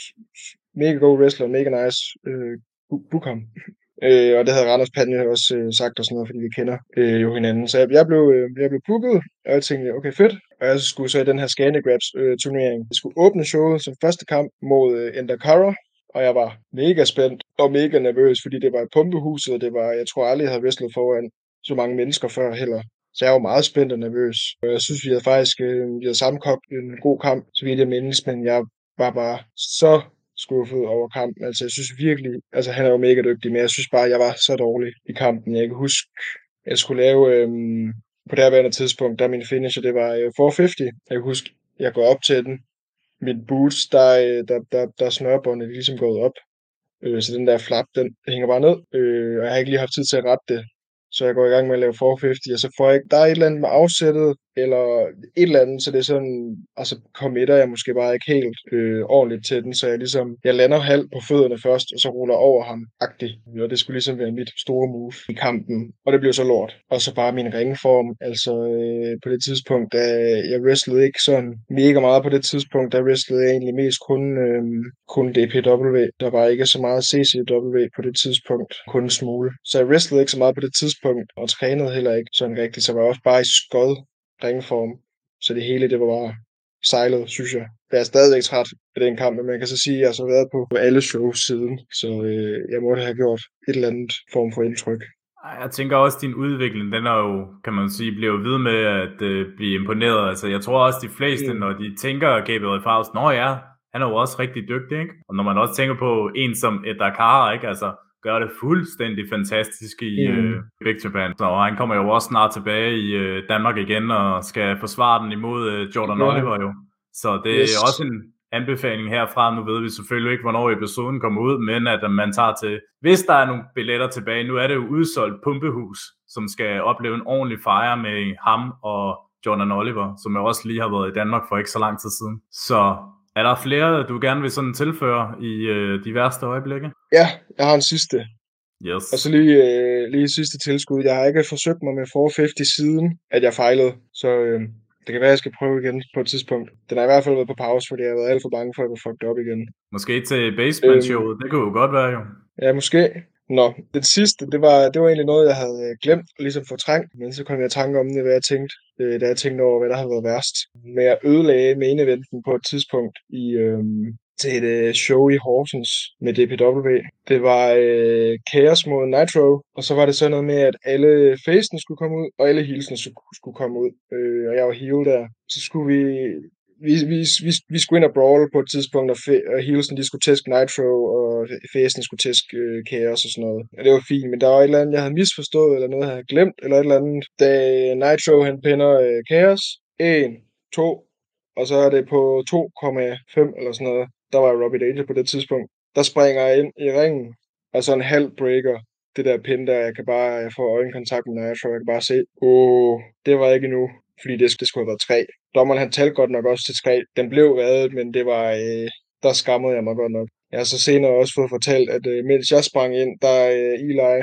mega god wrestler, mega nice, øh, book ham. øh, og det havde Randers Panje også øh, sagt og sådan noget, fordi vi kender øh, jo hinanden. Så jeg, jeg blev, øh, jeg blev booket, og jeg tænkte, okay, fedt. Og jeg skulle så i den her Scandi Grabs øh, turnering. Jeg skulle åbne showet som første kamp mod øh, Endakara. Og jeg var mega spændt og mega nervøs, fordi det var et pumpehus, og det var, jeg tror aldrig, jeg havde wrestlet foran så mange mennesker før heller. Så jeg var meget spændt og nervøs. Og jeg synes, vi havde faktisk øh, vi havde sammenkogt en god kamp, så vidt jeg mindes, men jeg var bare så skuffet over kampen. Altså, jeg synes virkelig, altså han er jo mega dygtig, men jeg synes bare, jeg var så dårlig i kampen. Jeg kan huske, jeg skulle lave, øh, på det her tidspunkt, der min finisher, det var øh, fire halvtreds. Jeg kan huske, jeg går op til den. Mit boots, der, der, der, der er snørbåndet ligesom gået op. Øh, så den der flap, den hænger bare ned. Øh, og jeg har ikke lige haft tid til at rette det. Så jeg går i gang med at lave fire halvtreds, og så får jeg ikke, der er et eller andet med afsættet, eller et eller andet, så det er sådan, altså committer jeg måske bare ikke helt øh, ordentligt til den, så jeg ligesom, jeg lander halvt på fødderne først, og så ruller over ham, agtigt. Og det skulle ligesom være mit store move i kampen, og det blev så lort. Og så bare min ringform, altså øh, på det tidspunkt, da jeg wrestlede ikke sådan mega meget på det tidspunkt, der wrestlede jeg egentlig mest kun, øh, kun D P W, der var ikke så meget C C W på det tidspunkt, kun en smule. Så jeg wrestlede ikke så meget på det tidspunkt, og trænede heller ikke sådan rigtigt, så var jeg også bare i skod ringform, så det hele, det var bare sejlet, synes jeg. Jeg er stadigvæk træt af den kamp, men man kan så sige, at jeg har så været på alle shows siden, så øh, jeg måtte have gjort et eller andet form for indtryk. Jeg tænker også, at din udvikling, den er jo, kan man sige, bliver jo ved med at øh, blive imponeret. Altså, jeg tror også, de fleste, mm. når de tænker Gabriel Faust, nå ja, han er jo også rigtig dygtig, ikke? Og når man også tænker på en som Endakara, ikke? Altså, gør det fuldstændig fantastisk i mm. øh, Big Japan. Så han kommer jo også snart tilbage i øh, Danmark igen og skal forsvare den imod øh, Jordan ja. Oliver jo. Så det yes. er også en anbefaling herfra. Nu ved vi selvfølgelig ikke, hvornår episoden kommer ud, men at man tager til, hvis der er nogle billetter tilbage, nu er det jo udsolgt pumpehus, som skal opleve en ordentlig fejre med ham og Jordan Oliver, som jo også lige har været i Danmark for ikke så lang tid siden. Så er der flere, du gerne vil sådan tilføre i øh, de værste øjeblikke? Ja, jeg har en sidste. Yes. Og så lige, øh, lige sidste tilskud. Jeg har ikke forsøgt mig med fire halvtreds siden, at jeg fejlede. Så øh, det kan være, at jeg skal prøve igen på et tidspunkt. Den har i hvert fald været på pause, fordi jeg har været alt for bange for, at jeg var fucked op igen. Måske til basement-showet. Øhm, det kunne jo godt være jo. Ja, måske. Nå, det sidste, det var, det var egentlig noget, jeg havde glemt, ligesom fortrængt, men så kom jeg i tanke om det, hvad jeg tænkte, øh, da jeg tænkte over, hvad der havde været værst. Med at ødelage main eventen på et tidspunkt i, øh, til et øh, show i Horsens med D P W. Det var øh, Chaos mod Nitro, og så var det sådan noget med, at alle facene skulle komme ud, og alle heelsene skulle komme ud, øh, og jeg var heel der. Så skulle vi... Vi, vi, vi, vi skulle ind og brawl på et tidspunkt, og, fe- og heelsen, de skulle tæske Nitro, og facen skulle tæske øh, Chaos og sådan noget. Og det var fint, men der var et eller andet, jeg havde misforstået, eller noget, jeg havde glemt, eller et eller andet. Da Nitro, han pinder øh, Chaos, en, to, og så er det på to komma fem eller sådan noget. Der var Robbie Danger på det tidspunkt. Der springer jeg ind i ringen, og så en halv breaker. Det der pin der, jeg kan bare jeg får øjenkontakt med Nitro, jeg kan bare se, åh, det var ikke endnu. Fordi det, det skulle have været tre. Dommeren han talte godt nok også til tre. Den blev reddet, men det var, øh, der skammede jeg mig godt nok. Jeg har så senere også fået fortalt, at øh, mens jeg sprang ind, der øh, Eli,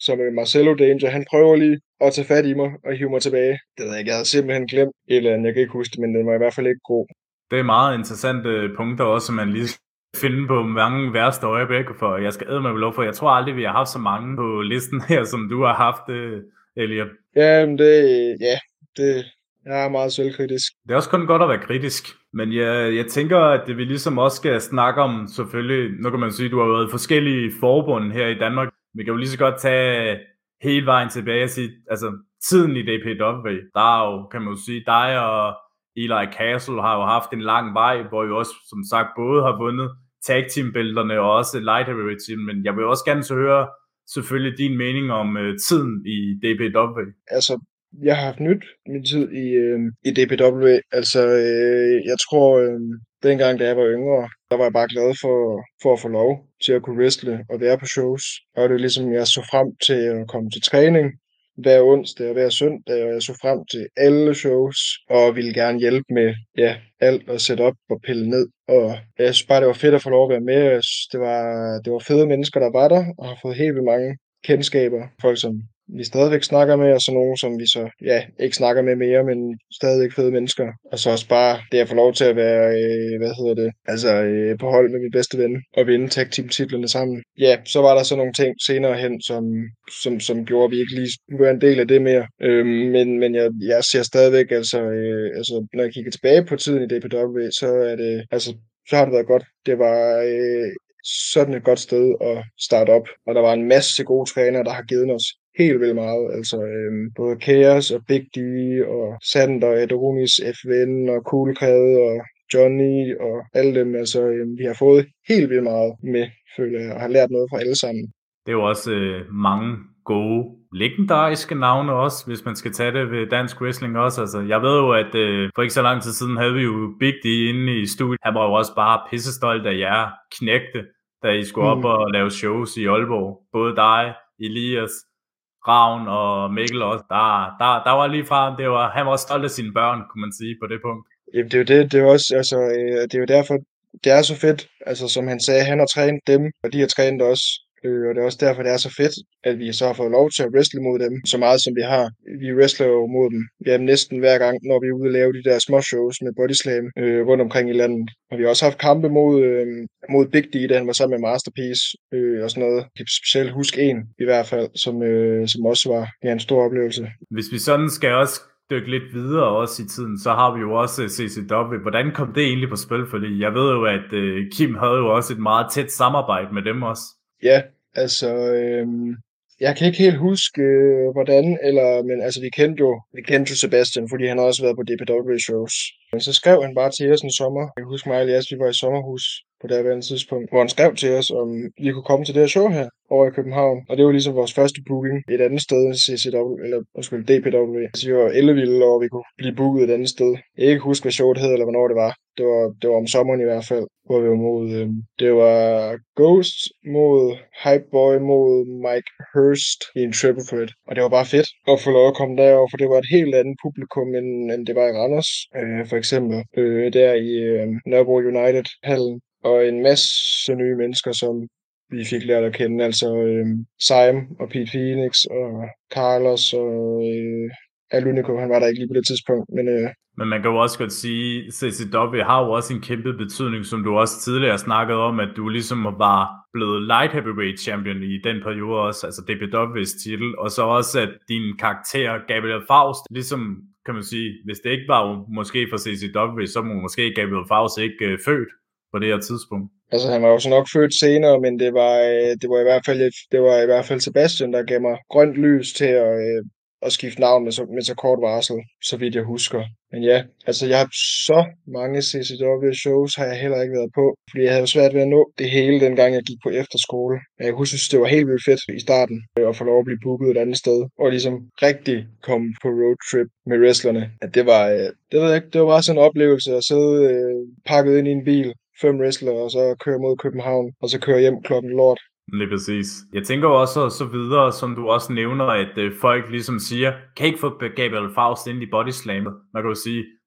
som Marcelo Danger, han prøver lige at tage fat i mig og hive mig tilbage. Det ved jeg ikke, jeg havde simpelthen glemt et eller andet, jeg kan ikke huske det, men den var i hvert fald ikke god. Det er meget interessante punkter også, som man lige skal finde på mange værste øjeblikke, for jeg skal æde mig lov for. Jeg tror aldrig, vi har haft så mange på listen her, som du har haft, Elliot. Ja, men det, ja, det, jeg er meget selvkritisk. Det er også kun godt at være kritisk, men jeg, jeg tænker, at det vi ligesom også skal snakke om, selvfølgelig, nu kan man sige, at du har været i forskellige forbund her i Danmark. Vi kan jo lige så godt tage hele vejen tilbage og sige, altså tiden i D P W, der er jo, kan man jo sige, dig og Eli Castle har jo haft en lang vej, hvor vi også, som sagt, både har vundet tag team-bælterne og også light heavyweight team, men jeg vil også gerne så høre selvfølgelig din mening om øh, tiden i D P W. Altså, jeg har haft nyt min tid i, øh, i D P W. Altså, øh, jeg tror, øh, dengang, da jeg var yngre, der var jeg bare glad for, for at få lov til at kunne wrestle og være på shows. Og det er ligesom, jeg så frem til at komme til træning hver onsdag og hver søndag, og jeg så frem til alle shows, og ville gerne hjælpe med ja, alt at sætte op og pille ned. Og jeg synes bare, det var fedt at få lov at være med. Det var, det var fede mennesker, der var der, og har fået helt vildt mange kendskaber. Folk, som vi stadigvæk snakker med, og så nogen, som vi så ja, ikke snakker med mere, men stadigvæk fede mennesker. Og så også bare det at få lov til at være, øh, hvad hedder det, altså øh, på hold med min bedste ven, og vinde tag team titlerne sammen. Ja, så var der så nogle ting senere hen, som, som, som gjorde, at vi ikke lige skulle være en del af det mere. Øhm, men men jeg, jeg ser stadigvæk, altså, øh, altså, når jeg kigger tilbage på tiden i D P W, så er det, altså, så har det været godt. Det var øh, sådan et godt sted at starte op, og der var en masse gode trænere, der har givet os helt vildt meget, altså øhm, både Chaos og Big D og Sander, Adonis, F N og Coolcad og Johnny og alle dem, altså øhm, vi har fået helt vildt meget med, føler jeg, og har lært noget fra alle sammen. Det er jo også øh, mange gode, legendariske navne også, hvis man skal tage det ved dansk wrestling også. Altså, jeg ved jo, at øh, for ikke så lang tid siden havde vi jo Big D inde i studiet. Han var jo også bare pissestolt af jer knægte, da I skulle mm. op og lave shows i Aalborg. Både dig, Elias, Ravn og Mikkel også. Der, der, der var lige fra, det var, han var stolt af sine børn, kunne man sige, på det punkt. Jamen, det er jo det, det er også, altså, øh, det er jo derfor, det er så fedt, altså som han sagde, han har trænet dem, og de har trænet os. Øh, og det er også derfor, det er så fedt, at vi så har fået lov til at wrestle mod dem, så meget som vi har. Vi wrestler jo mod dem ja, næsten hver gang, når vi er ude og lave de der små shows med bodyslam øh, rundt omkring i landet. Og vi har også haft kampe mod, øh, mod Big D, da han var sammen med Masterpiece øh, og sådan noget. Jeg kan specielt huske en i hvert fald, som, øh, som også var ja, en stor oplevelse. Hvis vi sådan skal også dykke lidt videre også i tiden, så har vi jo også C C W. Hvordan kom det egentlig på spil? Fordi jeg ved jo, at øh, Kim havde jo også et meget tæt samarbejde med dem også. Ja, altså, øh, jeg kan ikke helt huske, øh, hvordan, eller, men altså, vi kendte jo, vi kendte jo Sebastian, fordi han har også været på D P W-shows. Men så skrev han bare til os en sommer. Jeg kan huske mig og Elias, vi var i sommerhus på det her tidspunkt, hvor han skrev til os, om vi kunne komme til det her show her over i København. Og det var ligesom vores første booking et andet sted end C C W, eller undskyld, D P W. Altså, vi var ellevilde, og vi kunne blive booket et andet sted. Jeg kan ikke huske, hvad showet hed, eller hvornår det var. Det var, det var om sommeren i hvert fald, hvor vi var mod, øh, det var Ghost mod Hypeboy mod Mike Hurst i en triple threat. Og det var bare fedt at få lov at komme derover, for det var et helt andet publikum, end, end det var i Randers, øh, for eksempel. Øh, der i øh, Nørrebro United-hallen. Og en masse nye mennesker, som vi fik lært at kende. Altså øh, Sim og Pete Phoenix og Carlos og øh, Alunico, han var der ikke lige på det tidspunkt. Men, øh, men man kan jo også godt sige, C C W har jo også en kæmpe betydning, som du også tidligere snakkede om, at du ligesom var blevet light heavyweight champion i den periode også, altså D P W's titel, og så også at din karakter, Gabriel Faust, ligesom kan man sige, hvis det ikke var måske for C C W, så må måske Gabriel Faust ikke øh, født på det her tidspunkt. Altså han var jo så nok født senere, men det var, det var i hvert fald det var i hvert fald Sebastian, der gav mig grønt lys til at, øh, at skifte navn med så, med så kort varsel, så vidt jeg husker. Men ja, altså jeg har så mange C C W-shows, har jeg heller ikke været på, fordi jeg havde jo svært ved at nå det hele, dengang jeg gik på efterskole. Jeg kunne synes, det var helt vildt fedt i starten, at få lov at blive booket et andet sted, og ligesom rigtig komme på roadtrip med wrestlerne. At det var, det ved jeg ikke, det var bare sådan en oplevelse at sidde øh, pakket ind i en bil, fem wrestlere, og så køre mod København, og så køre hjem klokken lort. Lige præcis. Jeg tænker også så videre, som du også nævner, at øh, folk ligesom siger, kan ikke få Gabriel Faust ind i bodyslammet. Man kan jo sige,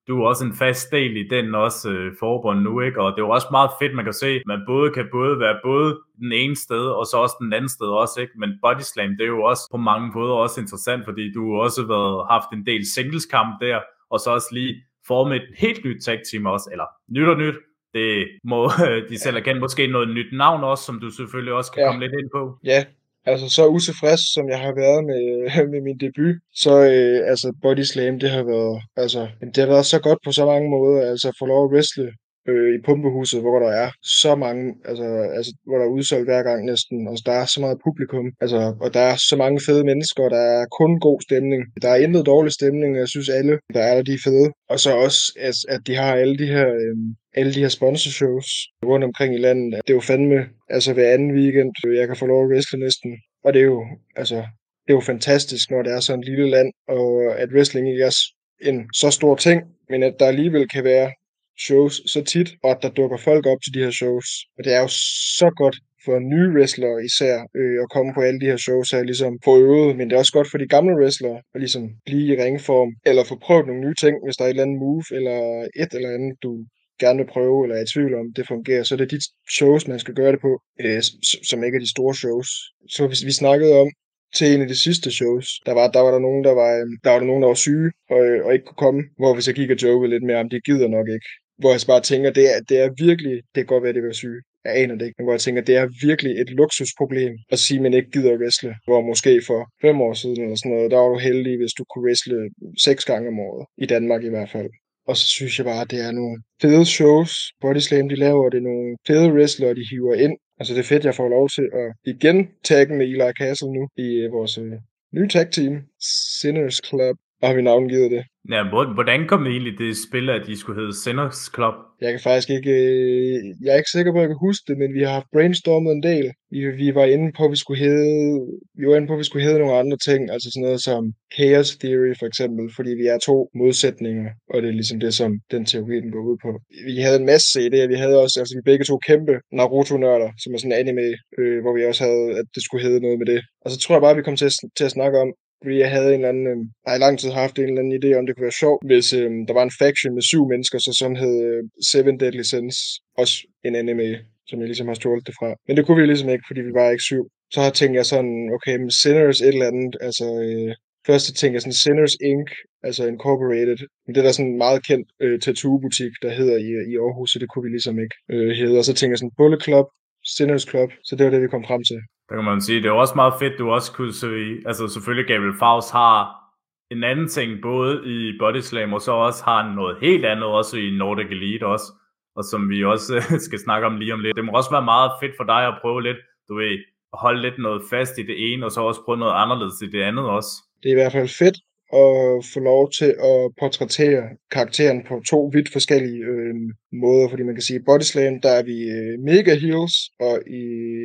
du er også en fast del i den også øh, forbund nu, ikke? Og det er jo også meget fedt, man kan se, man både kan både være både den ene sted, og så også den anden sted også, ikke? Men Body Slam, det er jo også på mange måder også interessant, fordi du har også været, haft en del singleskamp der, og så også lige formet et helt nyt tag team også, eller nyt og nyt. Det må de selv erkende, måske noget nyt navn også, som du selvfølgelig også kan ja. komme lidt ind på. Ja, altså så utilfreds, som jeg har været med, med min debut, så øh, altså Body Slam, det har været, altså, det har været så godt på så mange måder, altså få lov at wrestle øh, i Pumpehuset, hvor der er så mange, altså, altså hvor der er udsolgt hver gang næsten, og der er så meget publikum, altså, og der er så mange fede mennesker, og der er kun god stemning. Der er intet dårlig stemning, jeg synes alle, der er der, de er fede. Og så også, at, at de har alle de her... Øh, alle de her sponsorshows rundt omkring i landet. Det er jo fandme, altså hver anden weekend, jeg kan få lov at wrestle næsten. Og det er jo, altså, det er jo fantastisk, når det er sådan et lille land, og at wrestling ikke er en så stor ting, men at der alligevel kan være shows så tit, og at der dukker folk op til de her shows. Og det er jo så godt for nye wrestlere især, øh, at komme på alle de her shows her, ligesom få øvet, men det er også godt for de gamle wrestlere at ligesom blive i ringform, eller få prøvet nogle nye ting, hvis der er et eller andet move, eller et eller andet, du gerne vil prøve, eller er i tvivl om, det fungerer, så det er de shows, man skal gøre det på, øh, som ikke er de store shows. Så hvis vi snakkede om til en af de sidste shows, der var der, var der nogen, der var, der var der nogen, der var syge, og, og ikke kunne komme, hvor hvis jeg gik og jokede lidt mere om, de gider nok ikke. Hvor jeg bare tænker, det er, det er virkelig, det kan godt være, det vil være syge. Jeg aner det ikke, men hvor jeg tænker, det er virkelig et luksusproblem at sige, at man ikke gider at wrestle. Hvor måske for fem år siden eller sådan noget, der var du heldig, hvis du kunne wrestle seks gange om året. I Danmark i hvert fald. Og så synes jeg bare, at det er nogle fede shows. Body Slam, de laver det, nogle fede wrestlere, de hiver ind. Altså det er fedt, jeg får lov til at igen tagge med Eli Castle nu i vores øh, nye tag team, Sinners Club. Og har vi navngivet det. Ja, hvordan kom det egentlig det spil, at de skulle hedde Sinners Club? Jeg kan faktisk ikke, øh, jeg er ikke sikker på, at jeg kan huske det, men vi har haft brainstormet en del. Vi, vi var inde på, at vi skulle hedde, vi var inde på, at vi skulle hedde nogle andre ting, altså sådan noget som Chaos Theory for eksempel, fordi vi er to modsætninger, og det er ligesom det, som den teori den går ud på. Vi havde en masse idéer, vi havde også, altså vi begge to kæmpe Naruto-nørder, som er sådan en anime, øh, hvor vi også havde, at det skulle hedde noget med det. Og så tror jeg bare, at vi kom til at, til at snakke om, fordi jeg havde en eller anden, øh, jeg har i lang tid haft en eller anden idé om, det kunne være sjovt, hvis øh, der var en faction med syv mennesker, så som hed øh, Seven Deadly Sins, også en anime, som jeg ligesom har stjålet det fra. Men det kunne vi ligesom ikke, fordi vi var ikke syv. Så har tænkt jeg sådan, okay, men Sinners et eller andet, altså øh, først så tænkte jeg sådan Sinners Incorporated, altså Incorporated, men det er der sådan en meget kendt øh, tattoo-butik, der hedder i, i Aarhus, så det kunne vi ligesom ikke øh, hedde. Og så tænkte jeg sådan Bullet Club, Sinners Club, så det var det, vi kom frem til. Der kan man sige, det er også meget fedt, du også kunne se, altså selvfølgelig Gabriel Faust har en anden ting, både i Body Slam, og så også har noget helt andet, også i Nordic Elite også, og som vi også skal snakke om lige om lidt. Det må også være meget fedt for dig at prøve lidt, du ved, at holde lidt noget fast i det ene, og så også prøve noget anderledes i det andet også. Det er i hvert fald fedt at få lov til at portrættere karakteren på to vidt forskellige øh, måder, fordi man kan sige, i Body Slam, der er vi øh, mega heels, og i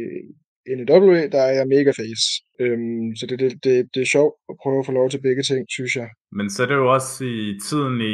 N E W, der er jeg mega face. Øhm, så det, det, det, det er sjovt at prøve at få lov til begge ting, synes jeg. Men så er det jo også i tiden i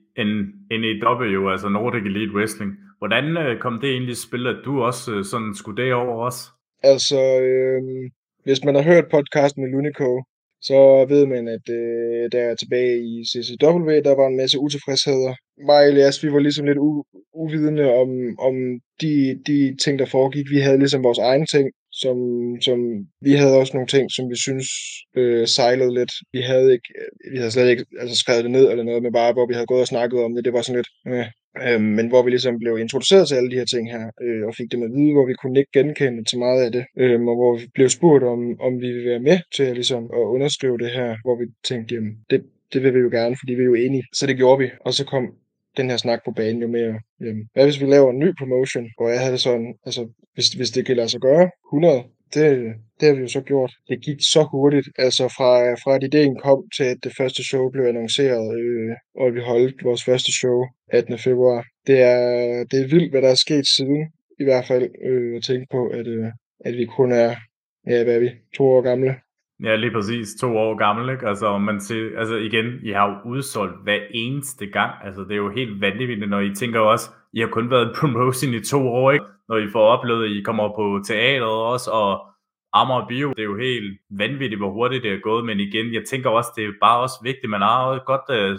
N E W, altså Nordic Elite Wrestling. Hvordan kom det egentlig i spil, at du også sådan skulle derover også? Altså, øhm, hvis man har hørt podcasten med Lunico, så ved man, at øh, der tilbage i C C W, der var en masse utilfredsheder. Mig og Elias, vi var ligesom lidt u- uvidende om, om de, de ting, der foregik. Vi havde ligesom vores egne ting, som, som vi havde også nogle ting, som vi synes øh, sejlede lidt. Vi havde ikke, vi havde slet ikke altså, skrevet det ned eller noget, men bare hvor vi havde gået og snakket om det. Det var sådan lidt, øh, øh, men hvor vi ligesom blev introduceret til alle de her ting her, øh, og fik dem at vide, hvor vi kunne ikke genkende til meget af det, øh, og hvor vi blev spurgt om, om vi ville være med til at, ligesom, at underskrive det her, hvor vi tænkte, jamen, det, det vil vi jo gerne, fordi vi er jo enige. Så det gjorde vi, og så kom den her snak på banen jo mere, jamen, hvad hvis vi laver en ny promotion, og jeg havde det sådan, altså, hvis, hvis det kan lade sig gøre, hundrede, det, det har vi jo så gjort. Det gik så hurtigt, altså fra, fra at ideen kom til, at det første show blev annonceret, øh, og vi holdt vores første show attende februar. Det er, det er vildt, hvad der er sket siden, i hvert fald, øh, at tænke på, at, øh, at vi kun er, ja, hvad er vi, to år gamle. Ja, lige præcis. To år gammel, ikke? Altså, man ser, altså igen, I har jo udsolgt hver eneste gang. Altså, det er jo helt vanvittigt, når I tænker også, I har kun været promotion i to år, ikke? Når I får oplevet, at I kommer på teateret også, og Amager Bio, det er jo helt vanvittigt, hvor hurtigt det er gået. Men igen, jeg tænker også, det er bare også vigtigt, man har også godt uh,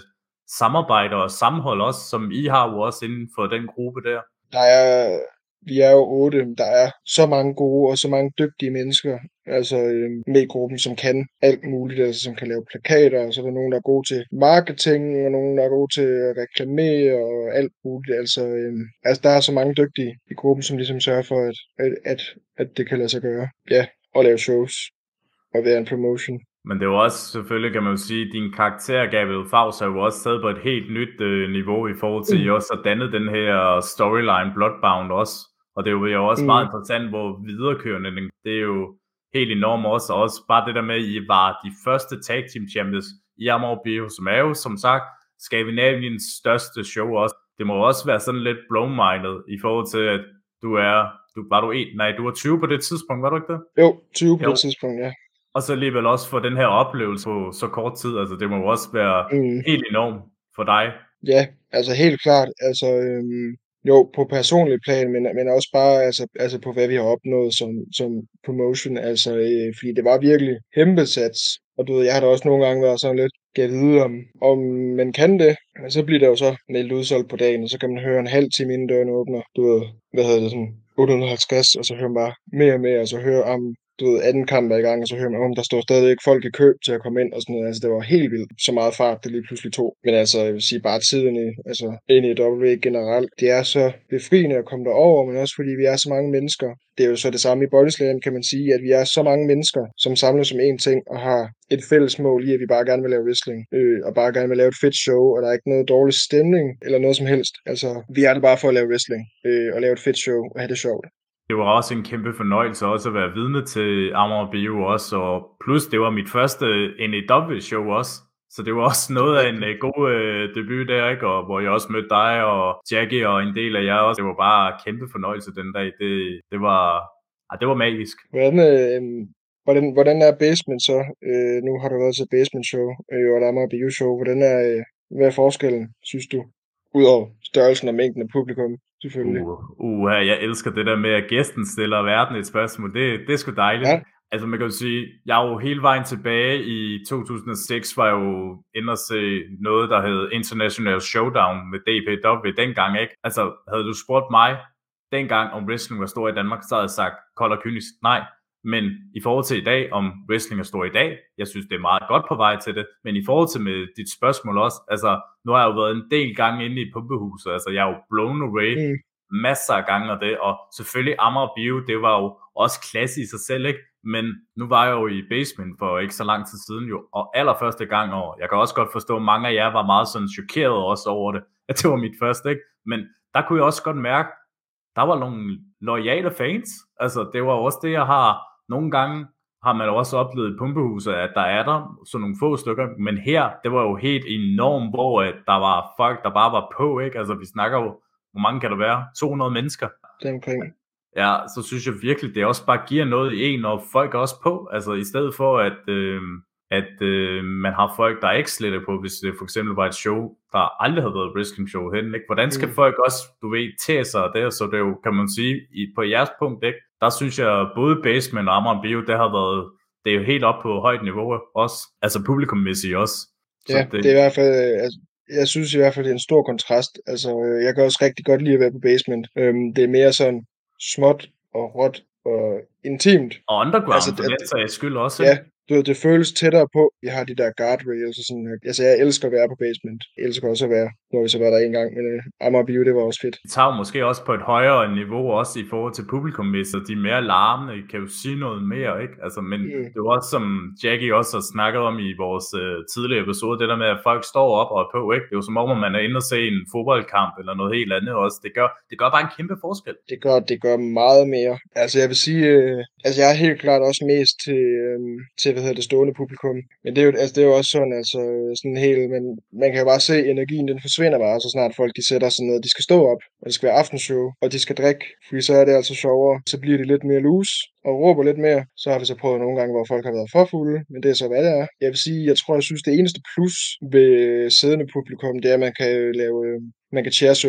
samarbejde og sammenhold også, som I har jo også inden for den gruppe der? Der er, vi er jo otte, der er så mange gode og så mange dygtige mennesker, altså øh, med i gruppen, som kan alt muligt, altså som kan lave plakater, og så er der nogen, der er gode til marketing, og nogen, der er gode til at reklamere og alt muligt. Altså, øh, altså der er så mange dygtige i gruppen, som ligesom sørger for, at, at, at, at det kan lade sig gøre. Ja, og lave shows og være en promotion. Men det er jo også, selvfølgelig kan man jo sige, din karakter, Gabriel Faust, er jo også taget på et helt nyt øh, niveau i forhold til, mm. at I også har dannet den her storyline Bloodbound også. Og det er jo, det er jo også mm. meget interessant, hvor viderekørende det er jo helt enormt også. Og også bare det der med, at I var de første tag team champions i Amager Bio, som er jo, som sagt, Skandinaviens største show også. Det må også være sådan lidt blown-minded i forhold til, at du er, du, var du en, nej, du var tyve på det tidspunkt, var du ikke det? Jo, tyve på jo. det tidspunkt, ja. Og så alligevel også få den her oplevelse på så kort tid, altså det må jo også være mm. helt enormt for dig. Ja, altså helt klart, altså øhm, jo på personlig plan, men, men også bare altså, altså på hvad vi har opnået som, som promotion, altså øh, fordi det var virkelig kæmpesats, og du ved, jeg har da også nogle gange været sådan lidt gav vide om, om man kan det, men så bliver det jo så meldt udsolgt på dagen, og så kan man høre en halv time inden døren åbner, du ved, hvad hedder det, sådan otte hundrede og halvtreds, og så hører man bare mere og mere, og så hører om du ved, anden kamp er i gang, og så hører man om, der står stadigvæk folk i kø til at komme ind og sådan noget. Altså, det var helt vildt, så meget fart, det lige pludselig tog. Men altså, jeg vil sige, bare tiden i, altså, ind i W generelt, det er så befriende at komme derover, men også fordi vi er så mange mennesker. Det er jo så det samme i Bodyslam, kan man sige, at vi er så mange mennesker, som samler som én ting og har et fælles mål i, at vi bare gerne vil lave wrestling, øh, og bare gerne vil lave et fedt show, og der er ikke noget dårlig stemning, eller noget som helst. Altså, vi er det bare for at lave wrestling, øh, og lave et fedt show, og have det sjovt. Det var også en kæmpe fornøjelse også at være vidne til Amager Bio også, og plus det var mit første N A W-show også, så det var også noget af en uh, god uh, debut der, ikke? Og hvor jeg også mødte dig og Jackie og en del af jer også. Det var bare en kæmpe fornøjelse den dag. Det, det, var, ah, det var magisk. Hvordan, øh, hvordan, hvordan er Basement så? Øh, nu har du været til Basement Show øh, og et Amager Bio show. Hvordan er, øh, hvad er forskellen, synes du? Udover størrelsen og mængden af publikum. Selvfølgelig. Uh, uh, jeg elsker det der med, at gæsten stiller verden et spørgsmål. Det, det er sgu dejligt. Ja. Altså man kan jo sige, jeg er jo hele vejen tilbage i to tusind og seks, var jeg jo inde og se noget, der hed International Showdown med D P W dengang, ikke? Altså havde du spurgt mig dengang, om wrestling var stor i Danmark, så havde jeg sagt kold og kynisk nej. Men i forhold til i dag, om wrestling er stor i dag, jeg synes, det er meget godt på vej til det. Men i forhold til med dit spørgsmål også, altså nu har jeg jo været en del gange inde i pumpehuset, altså jeg er jo blown away mm. masser af gange af det, og selvfølgelig Amager Bio, det var jo også klasse i sig selv, ikke? Men nu var jeg jo i Basement for ikke så lang tid siden jo, og allerførste gang over, jeg kan også godt forstå, at mange af jer var meget sådan chokeret også over det, at det var mit første, ikke? Men der kunne jeg også godt mærke, der var nogle loyale fans, altså det var også det, jeg har nogle gange har man også oplevet i pumpehuset, at der er der sådan nogle få stykker, men her, det var jo helt enormt, hvor at der var folk, der bare var på, ikke? Altså vi snakker jo, hvor mange kan der være? to hundrede mennesker. Det er omkring. Ja, så synes jeg virkelig, det også bare giver noget i en, og folk er også på, altså i stedet for, at, øh, at øh, man har folk, der er ikke slet på, hvis det for eksempel var et show, der aldrig havde været et wrestling show hen, ikke? Hvordan skal mm. folk også, du ved, tage sig det, så det er jo, kan man sige, i, på jeres punkt, ikke? Der synes jeg, både Basement og Amager Bio, det har været, det er jo helt op på højt niveau også, altså publikummæssigt også. Så ja, det, det er i hvert fald, altså, jeg synes i hvert fald, det er en stor kontrast, altså jeg kan også rigtig godt lide at være på Basement, øhm, det er mere sådan småt og råt og intimt. Og underground, altså, for det sags skyld også. Ja, det, det føles tættere på. Vi har de der guardrails og sådan. Altså, jeg elsker at være på Basement. Jeg elsker også at være, når vi så var der en gang. Men uh, Amager Bio, det var også fedt. Det tager måske også på et højere niveau, også i forhold til publikum, så de er mere larmende, kan jo sige noget mere, ikke? Altså, men mm. det var også, som Jackie også har snakket om i vores uh, tidligere episode, det der med, at folk står op og er på, ikke? Det er jo som om, man er inde og se en fodboldkamp eller noget helt andet også. Det gør, det gør bare en kæmpe forskel. Det gør, det gør meget mere. Altså, jeg vil sige, øh, altså, jeg er helt klart også mest til, øh, til hvad hedder det, stående publikum. Men det er jo, altså, det er jo også sådan, altså, sådan helt, men man kan jo bare se, at energien, den forsvinder bare, så snart folk, de sætter sig ned, de skal stå op, og det skal være aftenshow, og de skal drikke, fordi så er det altså sjovere. Så bliver de lidt mere loose, og råber lidt mere. Så har vi så prøvet nogle gange, hvor folk har været for fulde, men det er så, hvad det er. Jeg vil sige, jeg tror, jeg synes, det eneste plus ved siddende publikum, det er, at man kan lave, man kan chairsurf.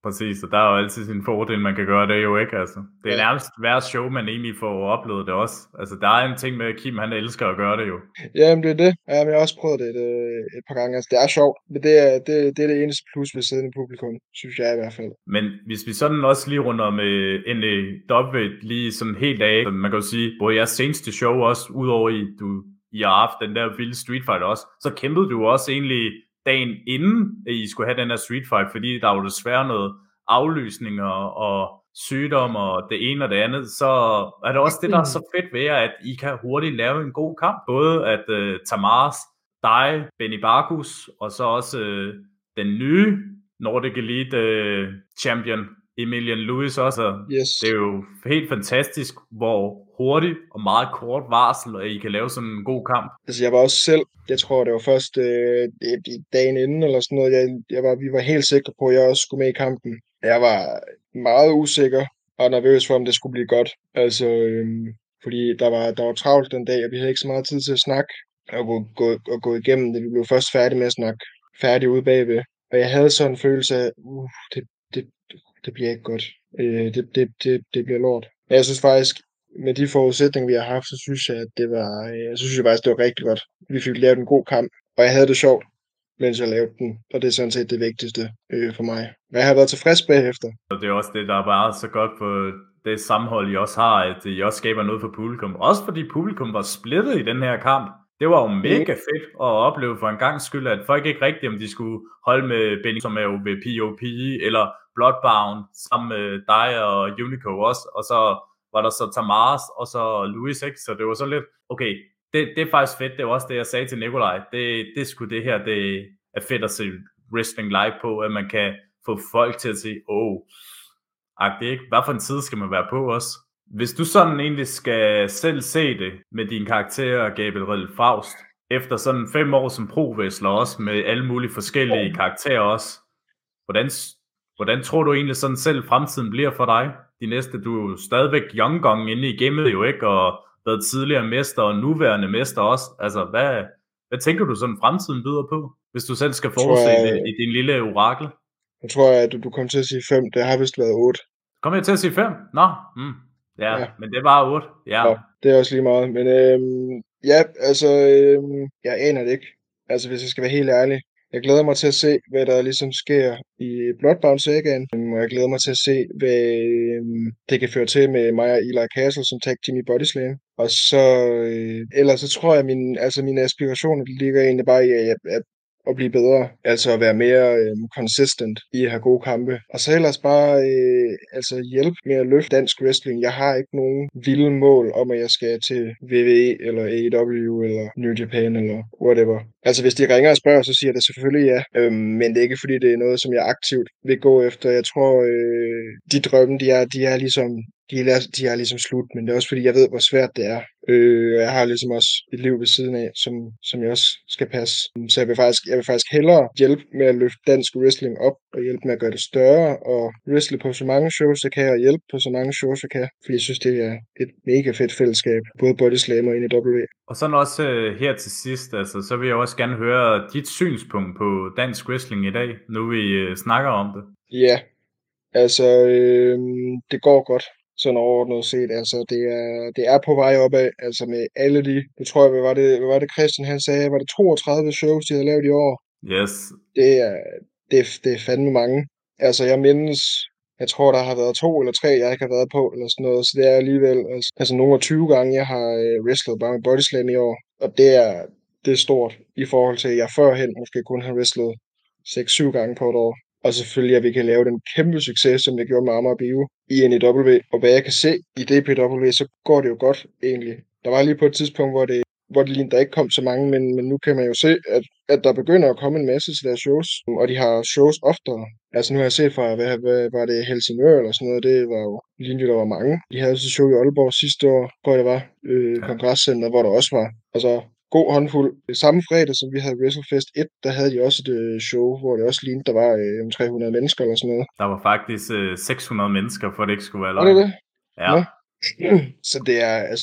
Præcis, og der er jo altid sin fordel, man kan gøre det jo ikke, altså. Det er Ja. nærmest hver show, man egentlig får oplevet det også. Altså, der er en ting med, at Kim, han elsker at gøre det jo. Jamen, det er det. Ja, men jeg har også prøvet det et, øh, et par gange. Altså, det er sjovt, men det er det, det er det eneste plus ved siddende publikum, synes jeg i hvert fald. Men hvis vi sådan også lige runder med N A W lige sådan helt af, så man kan jo sige, hvor jeres seneste show også, udover i, du, I har haft den der vilde Street Fight også, så kæmpede du også egentlig dagen inden, at I skulle have den her Street Fight, fordi der var desværre noget aflysninger og sygdom og det ene og det andet, så er det også det, der er så fedt ved jer, at I kan hurtigt lave en god kamp. Både at uh, Tamars, dig, Benny Barkus, og så også uh, den nye Nordic Elite uh, champion, Emilian Lewis også. Yes. Det er jo helt fantastisk, hvor hurtigt og meget kort varsel, at I kan lave sådan en god kamp. Altså, jeg var også selv, jeg tror, det var først øh, dagen inden eller sådan noget, jeg, jeg var, vi var helt sikre på, at jeg også skulle med i kampen. Jeg var meget usikker og nervøs for, om det skulle blive godt. Altså, øhm, fordi der var, der var travlt den dag, og vi havde ikke så meget tid til at snakke og gå, gå, og gå igennem det. Vi blev først færdige med at snakke, færdige ude bagved. Og jeg havde sådan en følelse af, uh, det, det, det bliver ikke godt. Øh, det, det, det, det bliver lort. Men jeg synes faktisk, med de forudsætninger, vi har haft, så synes jeg, at det var, jeg synes jeg faktisk, det var rigtig godt. Vi fik lavet en god kamp, og jeg havde det sjovt, mens jeg lavede den, og det er sådan set det vigtigste øh, for mig. Men jeg har været tilfreds bagefter. Og det er også det, der er bare så godt for det sammenhold, I også har, at I også skaber noget for publikum. Også fordi publikum var splittet i den her kamp. Det var jo mega fedt at opleve for en gang skyld, at folk ikke rigtigt, om de skulle holde med Benny, som er jo ved P O P, eller Bloodbound, sammen med dig og Unico også, og så var der så Tamars, og så Louis, ikke? Så det var så lidt, okay, det, det er faktisk fedt, det var også det, jeg sagde til Nikolaj, det, det sgu det her, det er fedt at se wrestling live på, at man kan få folk til at sige, åh, oh, agtigt, ikke? Hvad for en tid skal man være på også? Hvis du sådan egentlig skal selv se det med din karakter, Gabriel Faust, efter sådan fem år som pro-wrestler også, med alle mulige forskellige karakterer også, hvordan, hvordan tror du egentlig sådan selv fremtiden bliver for dig? De næste, du er jo stadigvæk young gun inde i gamet jo, ikke? Og været tidligere mester og nuværende mester også. Altså, hvad, hvad tænker du sådan fremtiden byder på, hvis du selv skal forudse jeg, det i din lille orakel? Jeg tror, at du, du kom til at sige fem. Det har vist været otte. Kom jeg til at sige fem? Nå, mm. ja, ja, men det var otte. Ja. Ja, det er også lige meget. Men øhm, ja, altså, øhm, jeg aner det ikke. Altså, hvis jeg skal være helt ærlig. Jeg glæder mig til at se, hvad der ligesom sker i Bloodbound-sagaen. Og jeg glæder mig til at se, hvad øhm, det kan føre til med mig og Eli Castle som tag team i Bodyslam. Og så, øh, ellers så tror jeg, at min, altså, mine aspirationer ligger egentlig bare i, at, at at blive bedre, altså at være mere øh, consistent i at have gode kampe. Og så ellers bare øh, altså hjælpe med at løfte dansk wrestling. Jeg har ikke nogen vilde mål om, at jeg skal til W W E eller A E W eller New Japan eller whatever. Altså hvis de ringer og spørger, så siger jeg det selvfølgelig ja. Øhm, men det er ikke fordi, det er noget, som jeg aktivt vil gå efter. Jeg tror, øh, de drømme, de er, de er ligesom De er, de er ligesom slut, men det er også fordi, jeg ved, hvor svært det er. Øh, jeg har ligesom også et liv ved siden af, som, som jeg også skal passe. Så jeg vil, faktisk, jeg vil faktisk hellere hjælpe med at løfte dansk wrestling op, og hjælpe med at gøre det større, og wrestle på så mange shows, jeg kan, og hjælpe på så mange shows, jeg kan. Fordi jeg synes, det er et mega fedt fællesskab, både Bodyslam og N A W. Og sådan også uh, her til sidst, altså, så vil jeg også gerne høre dit synspunkt på dansk wrestling i dag, nu vi uh, snakker om det. Ja, altså, øh, det går godt. Sådan overordnet set, altså det er, det er på vej opad, altså med alle de, det tror jeg, hvad var det, hvad var det Christian han sagde, var det toogtredive shows, de havde lavet i år? Yes. Det er, det er, det er fandme mange. Altså jeg mindes, jeg tror der har været to eller tre, jeg ikke har været på, eller sådan noget, så det er alligevel, altså, altså nogle af tyve gange, jeg har øh, wrestlet bare med Bodyslam i år, og det er, det er stort i forhold til, at jeg førhen måske kun har wrestlet seks syv gange på et år. Og selvfølgelig, at vi kan lave den kæmpe succes, som jeg gjorde med Amager Bio i N A W. Og hvad jeg kan se i D P W, så går det jo godt egentlig. Der var lige på et tidspunkt, hvor det, hvor det lignede, der ikke kom så mange, men, men nu kan man jo se, at, at der begynder at komme en masse til deres shows. Og de har shows oftere. Altså nu har jeg set fra, hvad, hvad var det, Helsingør eller sådan noget, det var jo lignende, der var mange. De havde også et show i Aalborg sidste år, tror jeg det var, øh, ja. Kongresscenter, hvor der også var. Altså, god håndfuld. Samme fredag, som vi havde WrestleFest et, der havde de også et øh, show, hvor det også lignede, der var øh, tre hundrede mennesker eller sådan noget. Der var faktisk øh, seks hundrede mennesker, for det ikke skulle være løgn. Var det det? Ja. Nå. Så det er, altså,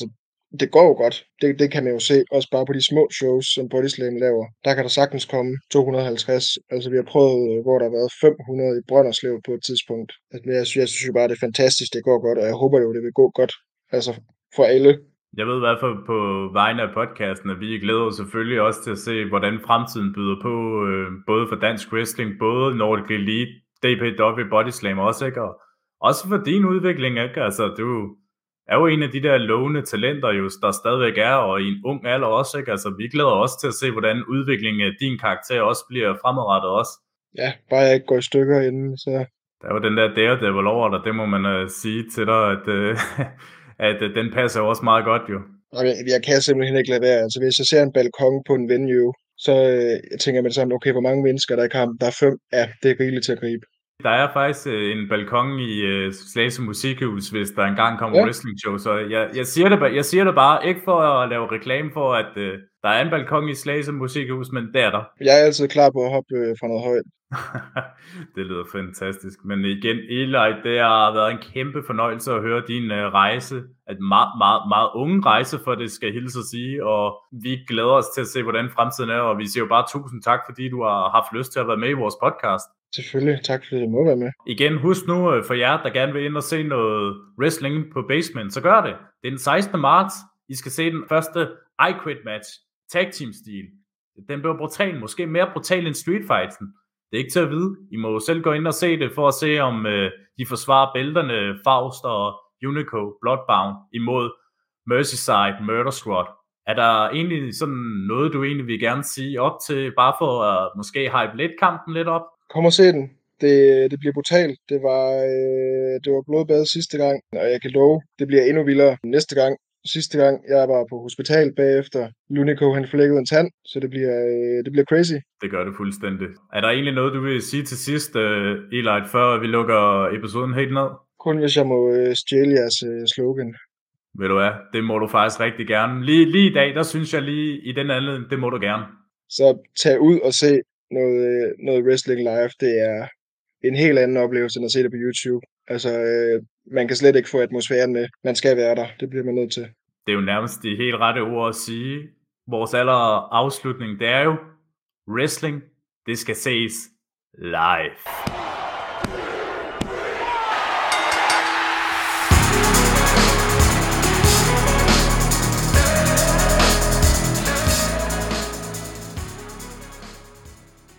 det går jo godt. Det, det kan man jo se, også bare på de små shows, som Bodyslam laver. Der kan der sagtens komme to hundrede og halvtreds. Altså, vi har prøvet, hvor der har været fem hundrede i Brønderslev på et tidspunkt. Altså, jeg, jeg synes jo bare, det er fantastisk, det går godt, og jeg håber jo, det vil gå godt. Altså, for alle. Jeg ved i hvert fald på vegne af podcasten, at vi glæder os selvfølgelig også til at se, hvordan fremtiden byder på, øh, både for dansk wrestling, både Nordic Elite, D P W, Bodyslam også, ikke? Og også for din udvikling, ikke? Altså, du er jo en af de der lovende talenter, jo, der stadigvæk er, og i en ung alder også, ikke? Altså, vi glæder os til at se, hvordan udviklingen af din karakter også bliver fremadrettet også. Ja, bare jeg ikke går i stykker inden, så... Der er jo den der Daredevil over dig, det må man uh, sige til dig, at, uh, at uh, den passer også meget godt, jo. Jeg, jeg kan simpelthen ikke lade være. Altså, hvis jeg ser en balkon på en venue, så øh, jeg tænker jeg med det samme, okay, hvor mange mennesker der er i kampen? Der er fem. Ja, det er rigeligt til at gribe. Der er faktisk øh, en balkon i øh, Slagelse Musikhus, hvis der engang kommer ja. wrestling show, så jeg, jeg, siger det, jeg siger det bare, ikke for at lave reklame for, at øh, der er en balkon i Slagelse Musikhus, men det er der. Jeg er altid klar på at hoppe øh, fra noget højt. Det lyder fantastisk, men igen, Eli, det har været en kæmpe fornøjelse at høre din øh, rejse, et meget, meget, meget unge rejse, for det skal hilse at sige, og vi glæder os til at se, hvordan fremtiden er, og vi siger jo bare tusind tak, fordi du har haft lyst til at være med i vores podcast. Selvfølgelig, tak fordi du må være med. Igen, husk nu for jer, der gerne vil ind og se noget wrestling på Basement, så gør det. Det er den sekstende marts. I skal se den første I Quit match, tag team stil. Den bliver brutal, måske mere brutal end Street Fighten. Det er ikke til at vide. I må jo selv gå ind og se det, for at se om øh, de forsvarer bælterne Faust og Unico Bloodbound imod Merseyside Murder Squad. Er der egentlig sådan noget, du egentlig vil gerne sige op til, bare for at uh, måske hype lidt kampen lidt op? Kom og se den. Det, det bliver brutalt. Det var, øh, det var blodbad sidste gang, og jeg kan love, det bliver endnu vildere næste gang. Sidste gang, jeg var på hospital bagefter. Lunico, han flækkede en tand, så det bliver, øh, det bliver crazy. Det gør det fuldstændig. Er der egentlig noget, du vil sige til sidst, uh, Eli, før vi lukker episoden helt ned? Kun hvis jeg må øh, stjæle jeres øh, slogan. Ved du hvad, det må du faktisk rigtig gerne. Lige, lige i dag, der synes jeg lige i den anledning, det må du gerne. Så tag ud og se noget, noget wrestling live. Det er en helt anden oplevelse, end at se det på YouTube. Altså, øh, man kan slet ikke få atmosfæren med. Man skal være der. Det bliver man nødt til. Det er jo nærmest de helt rette ord at sige. Vores aller afslutning, det er jo, wrestling, det skal ses live.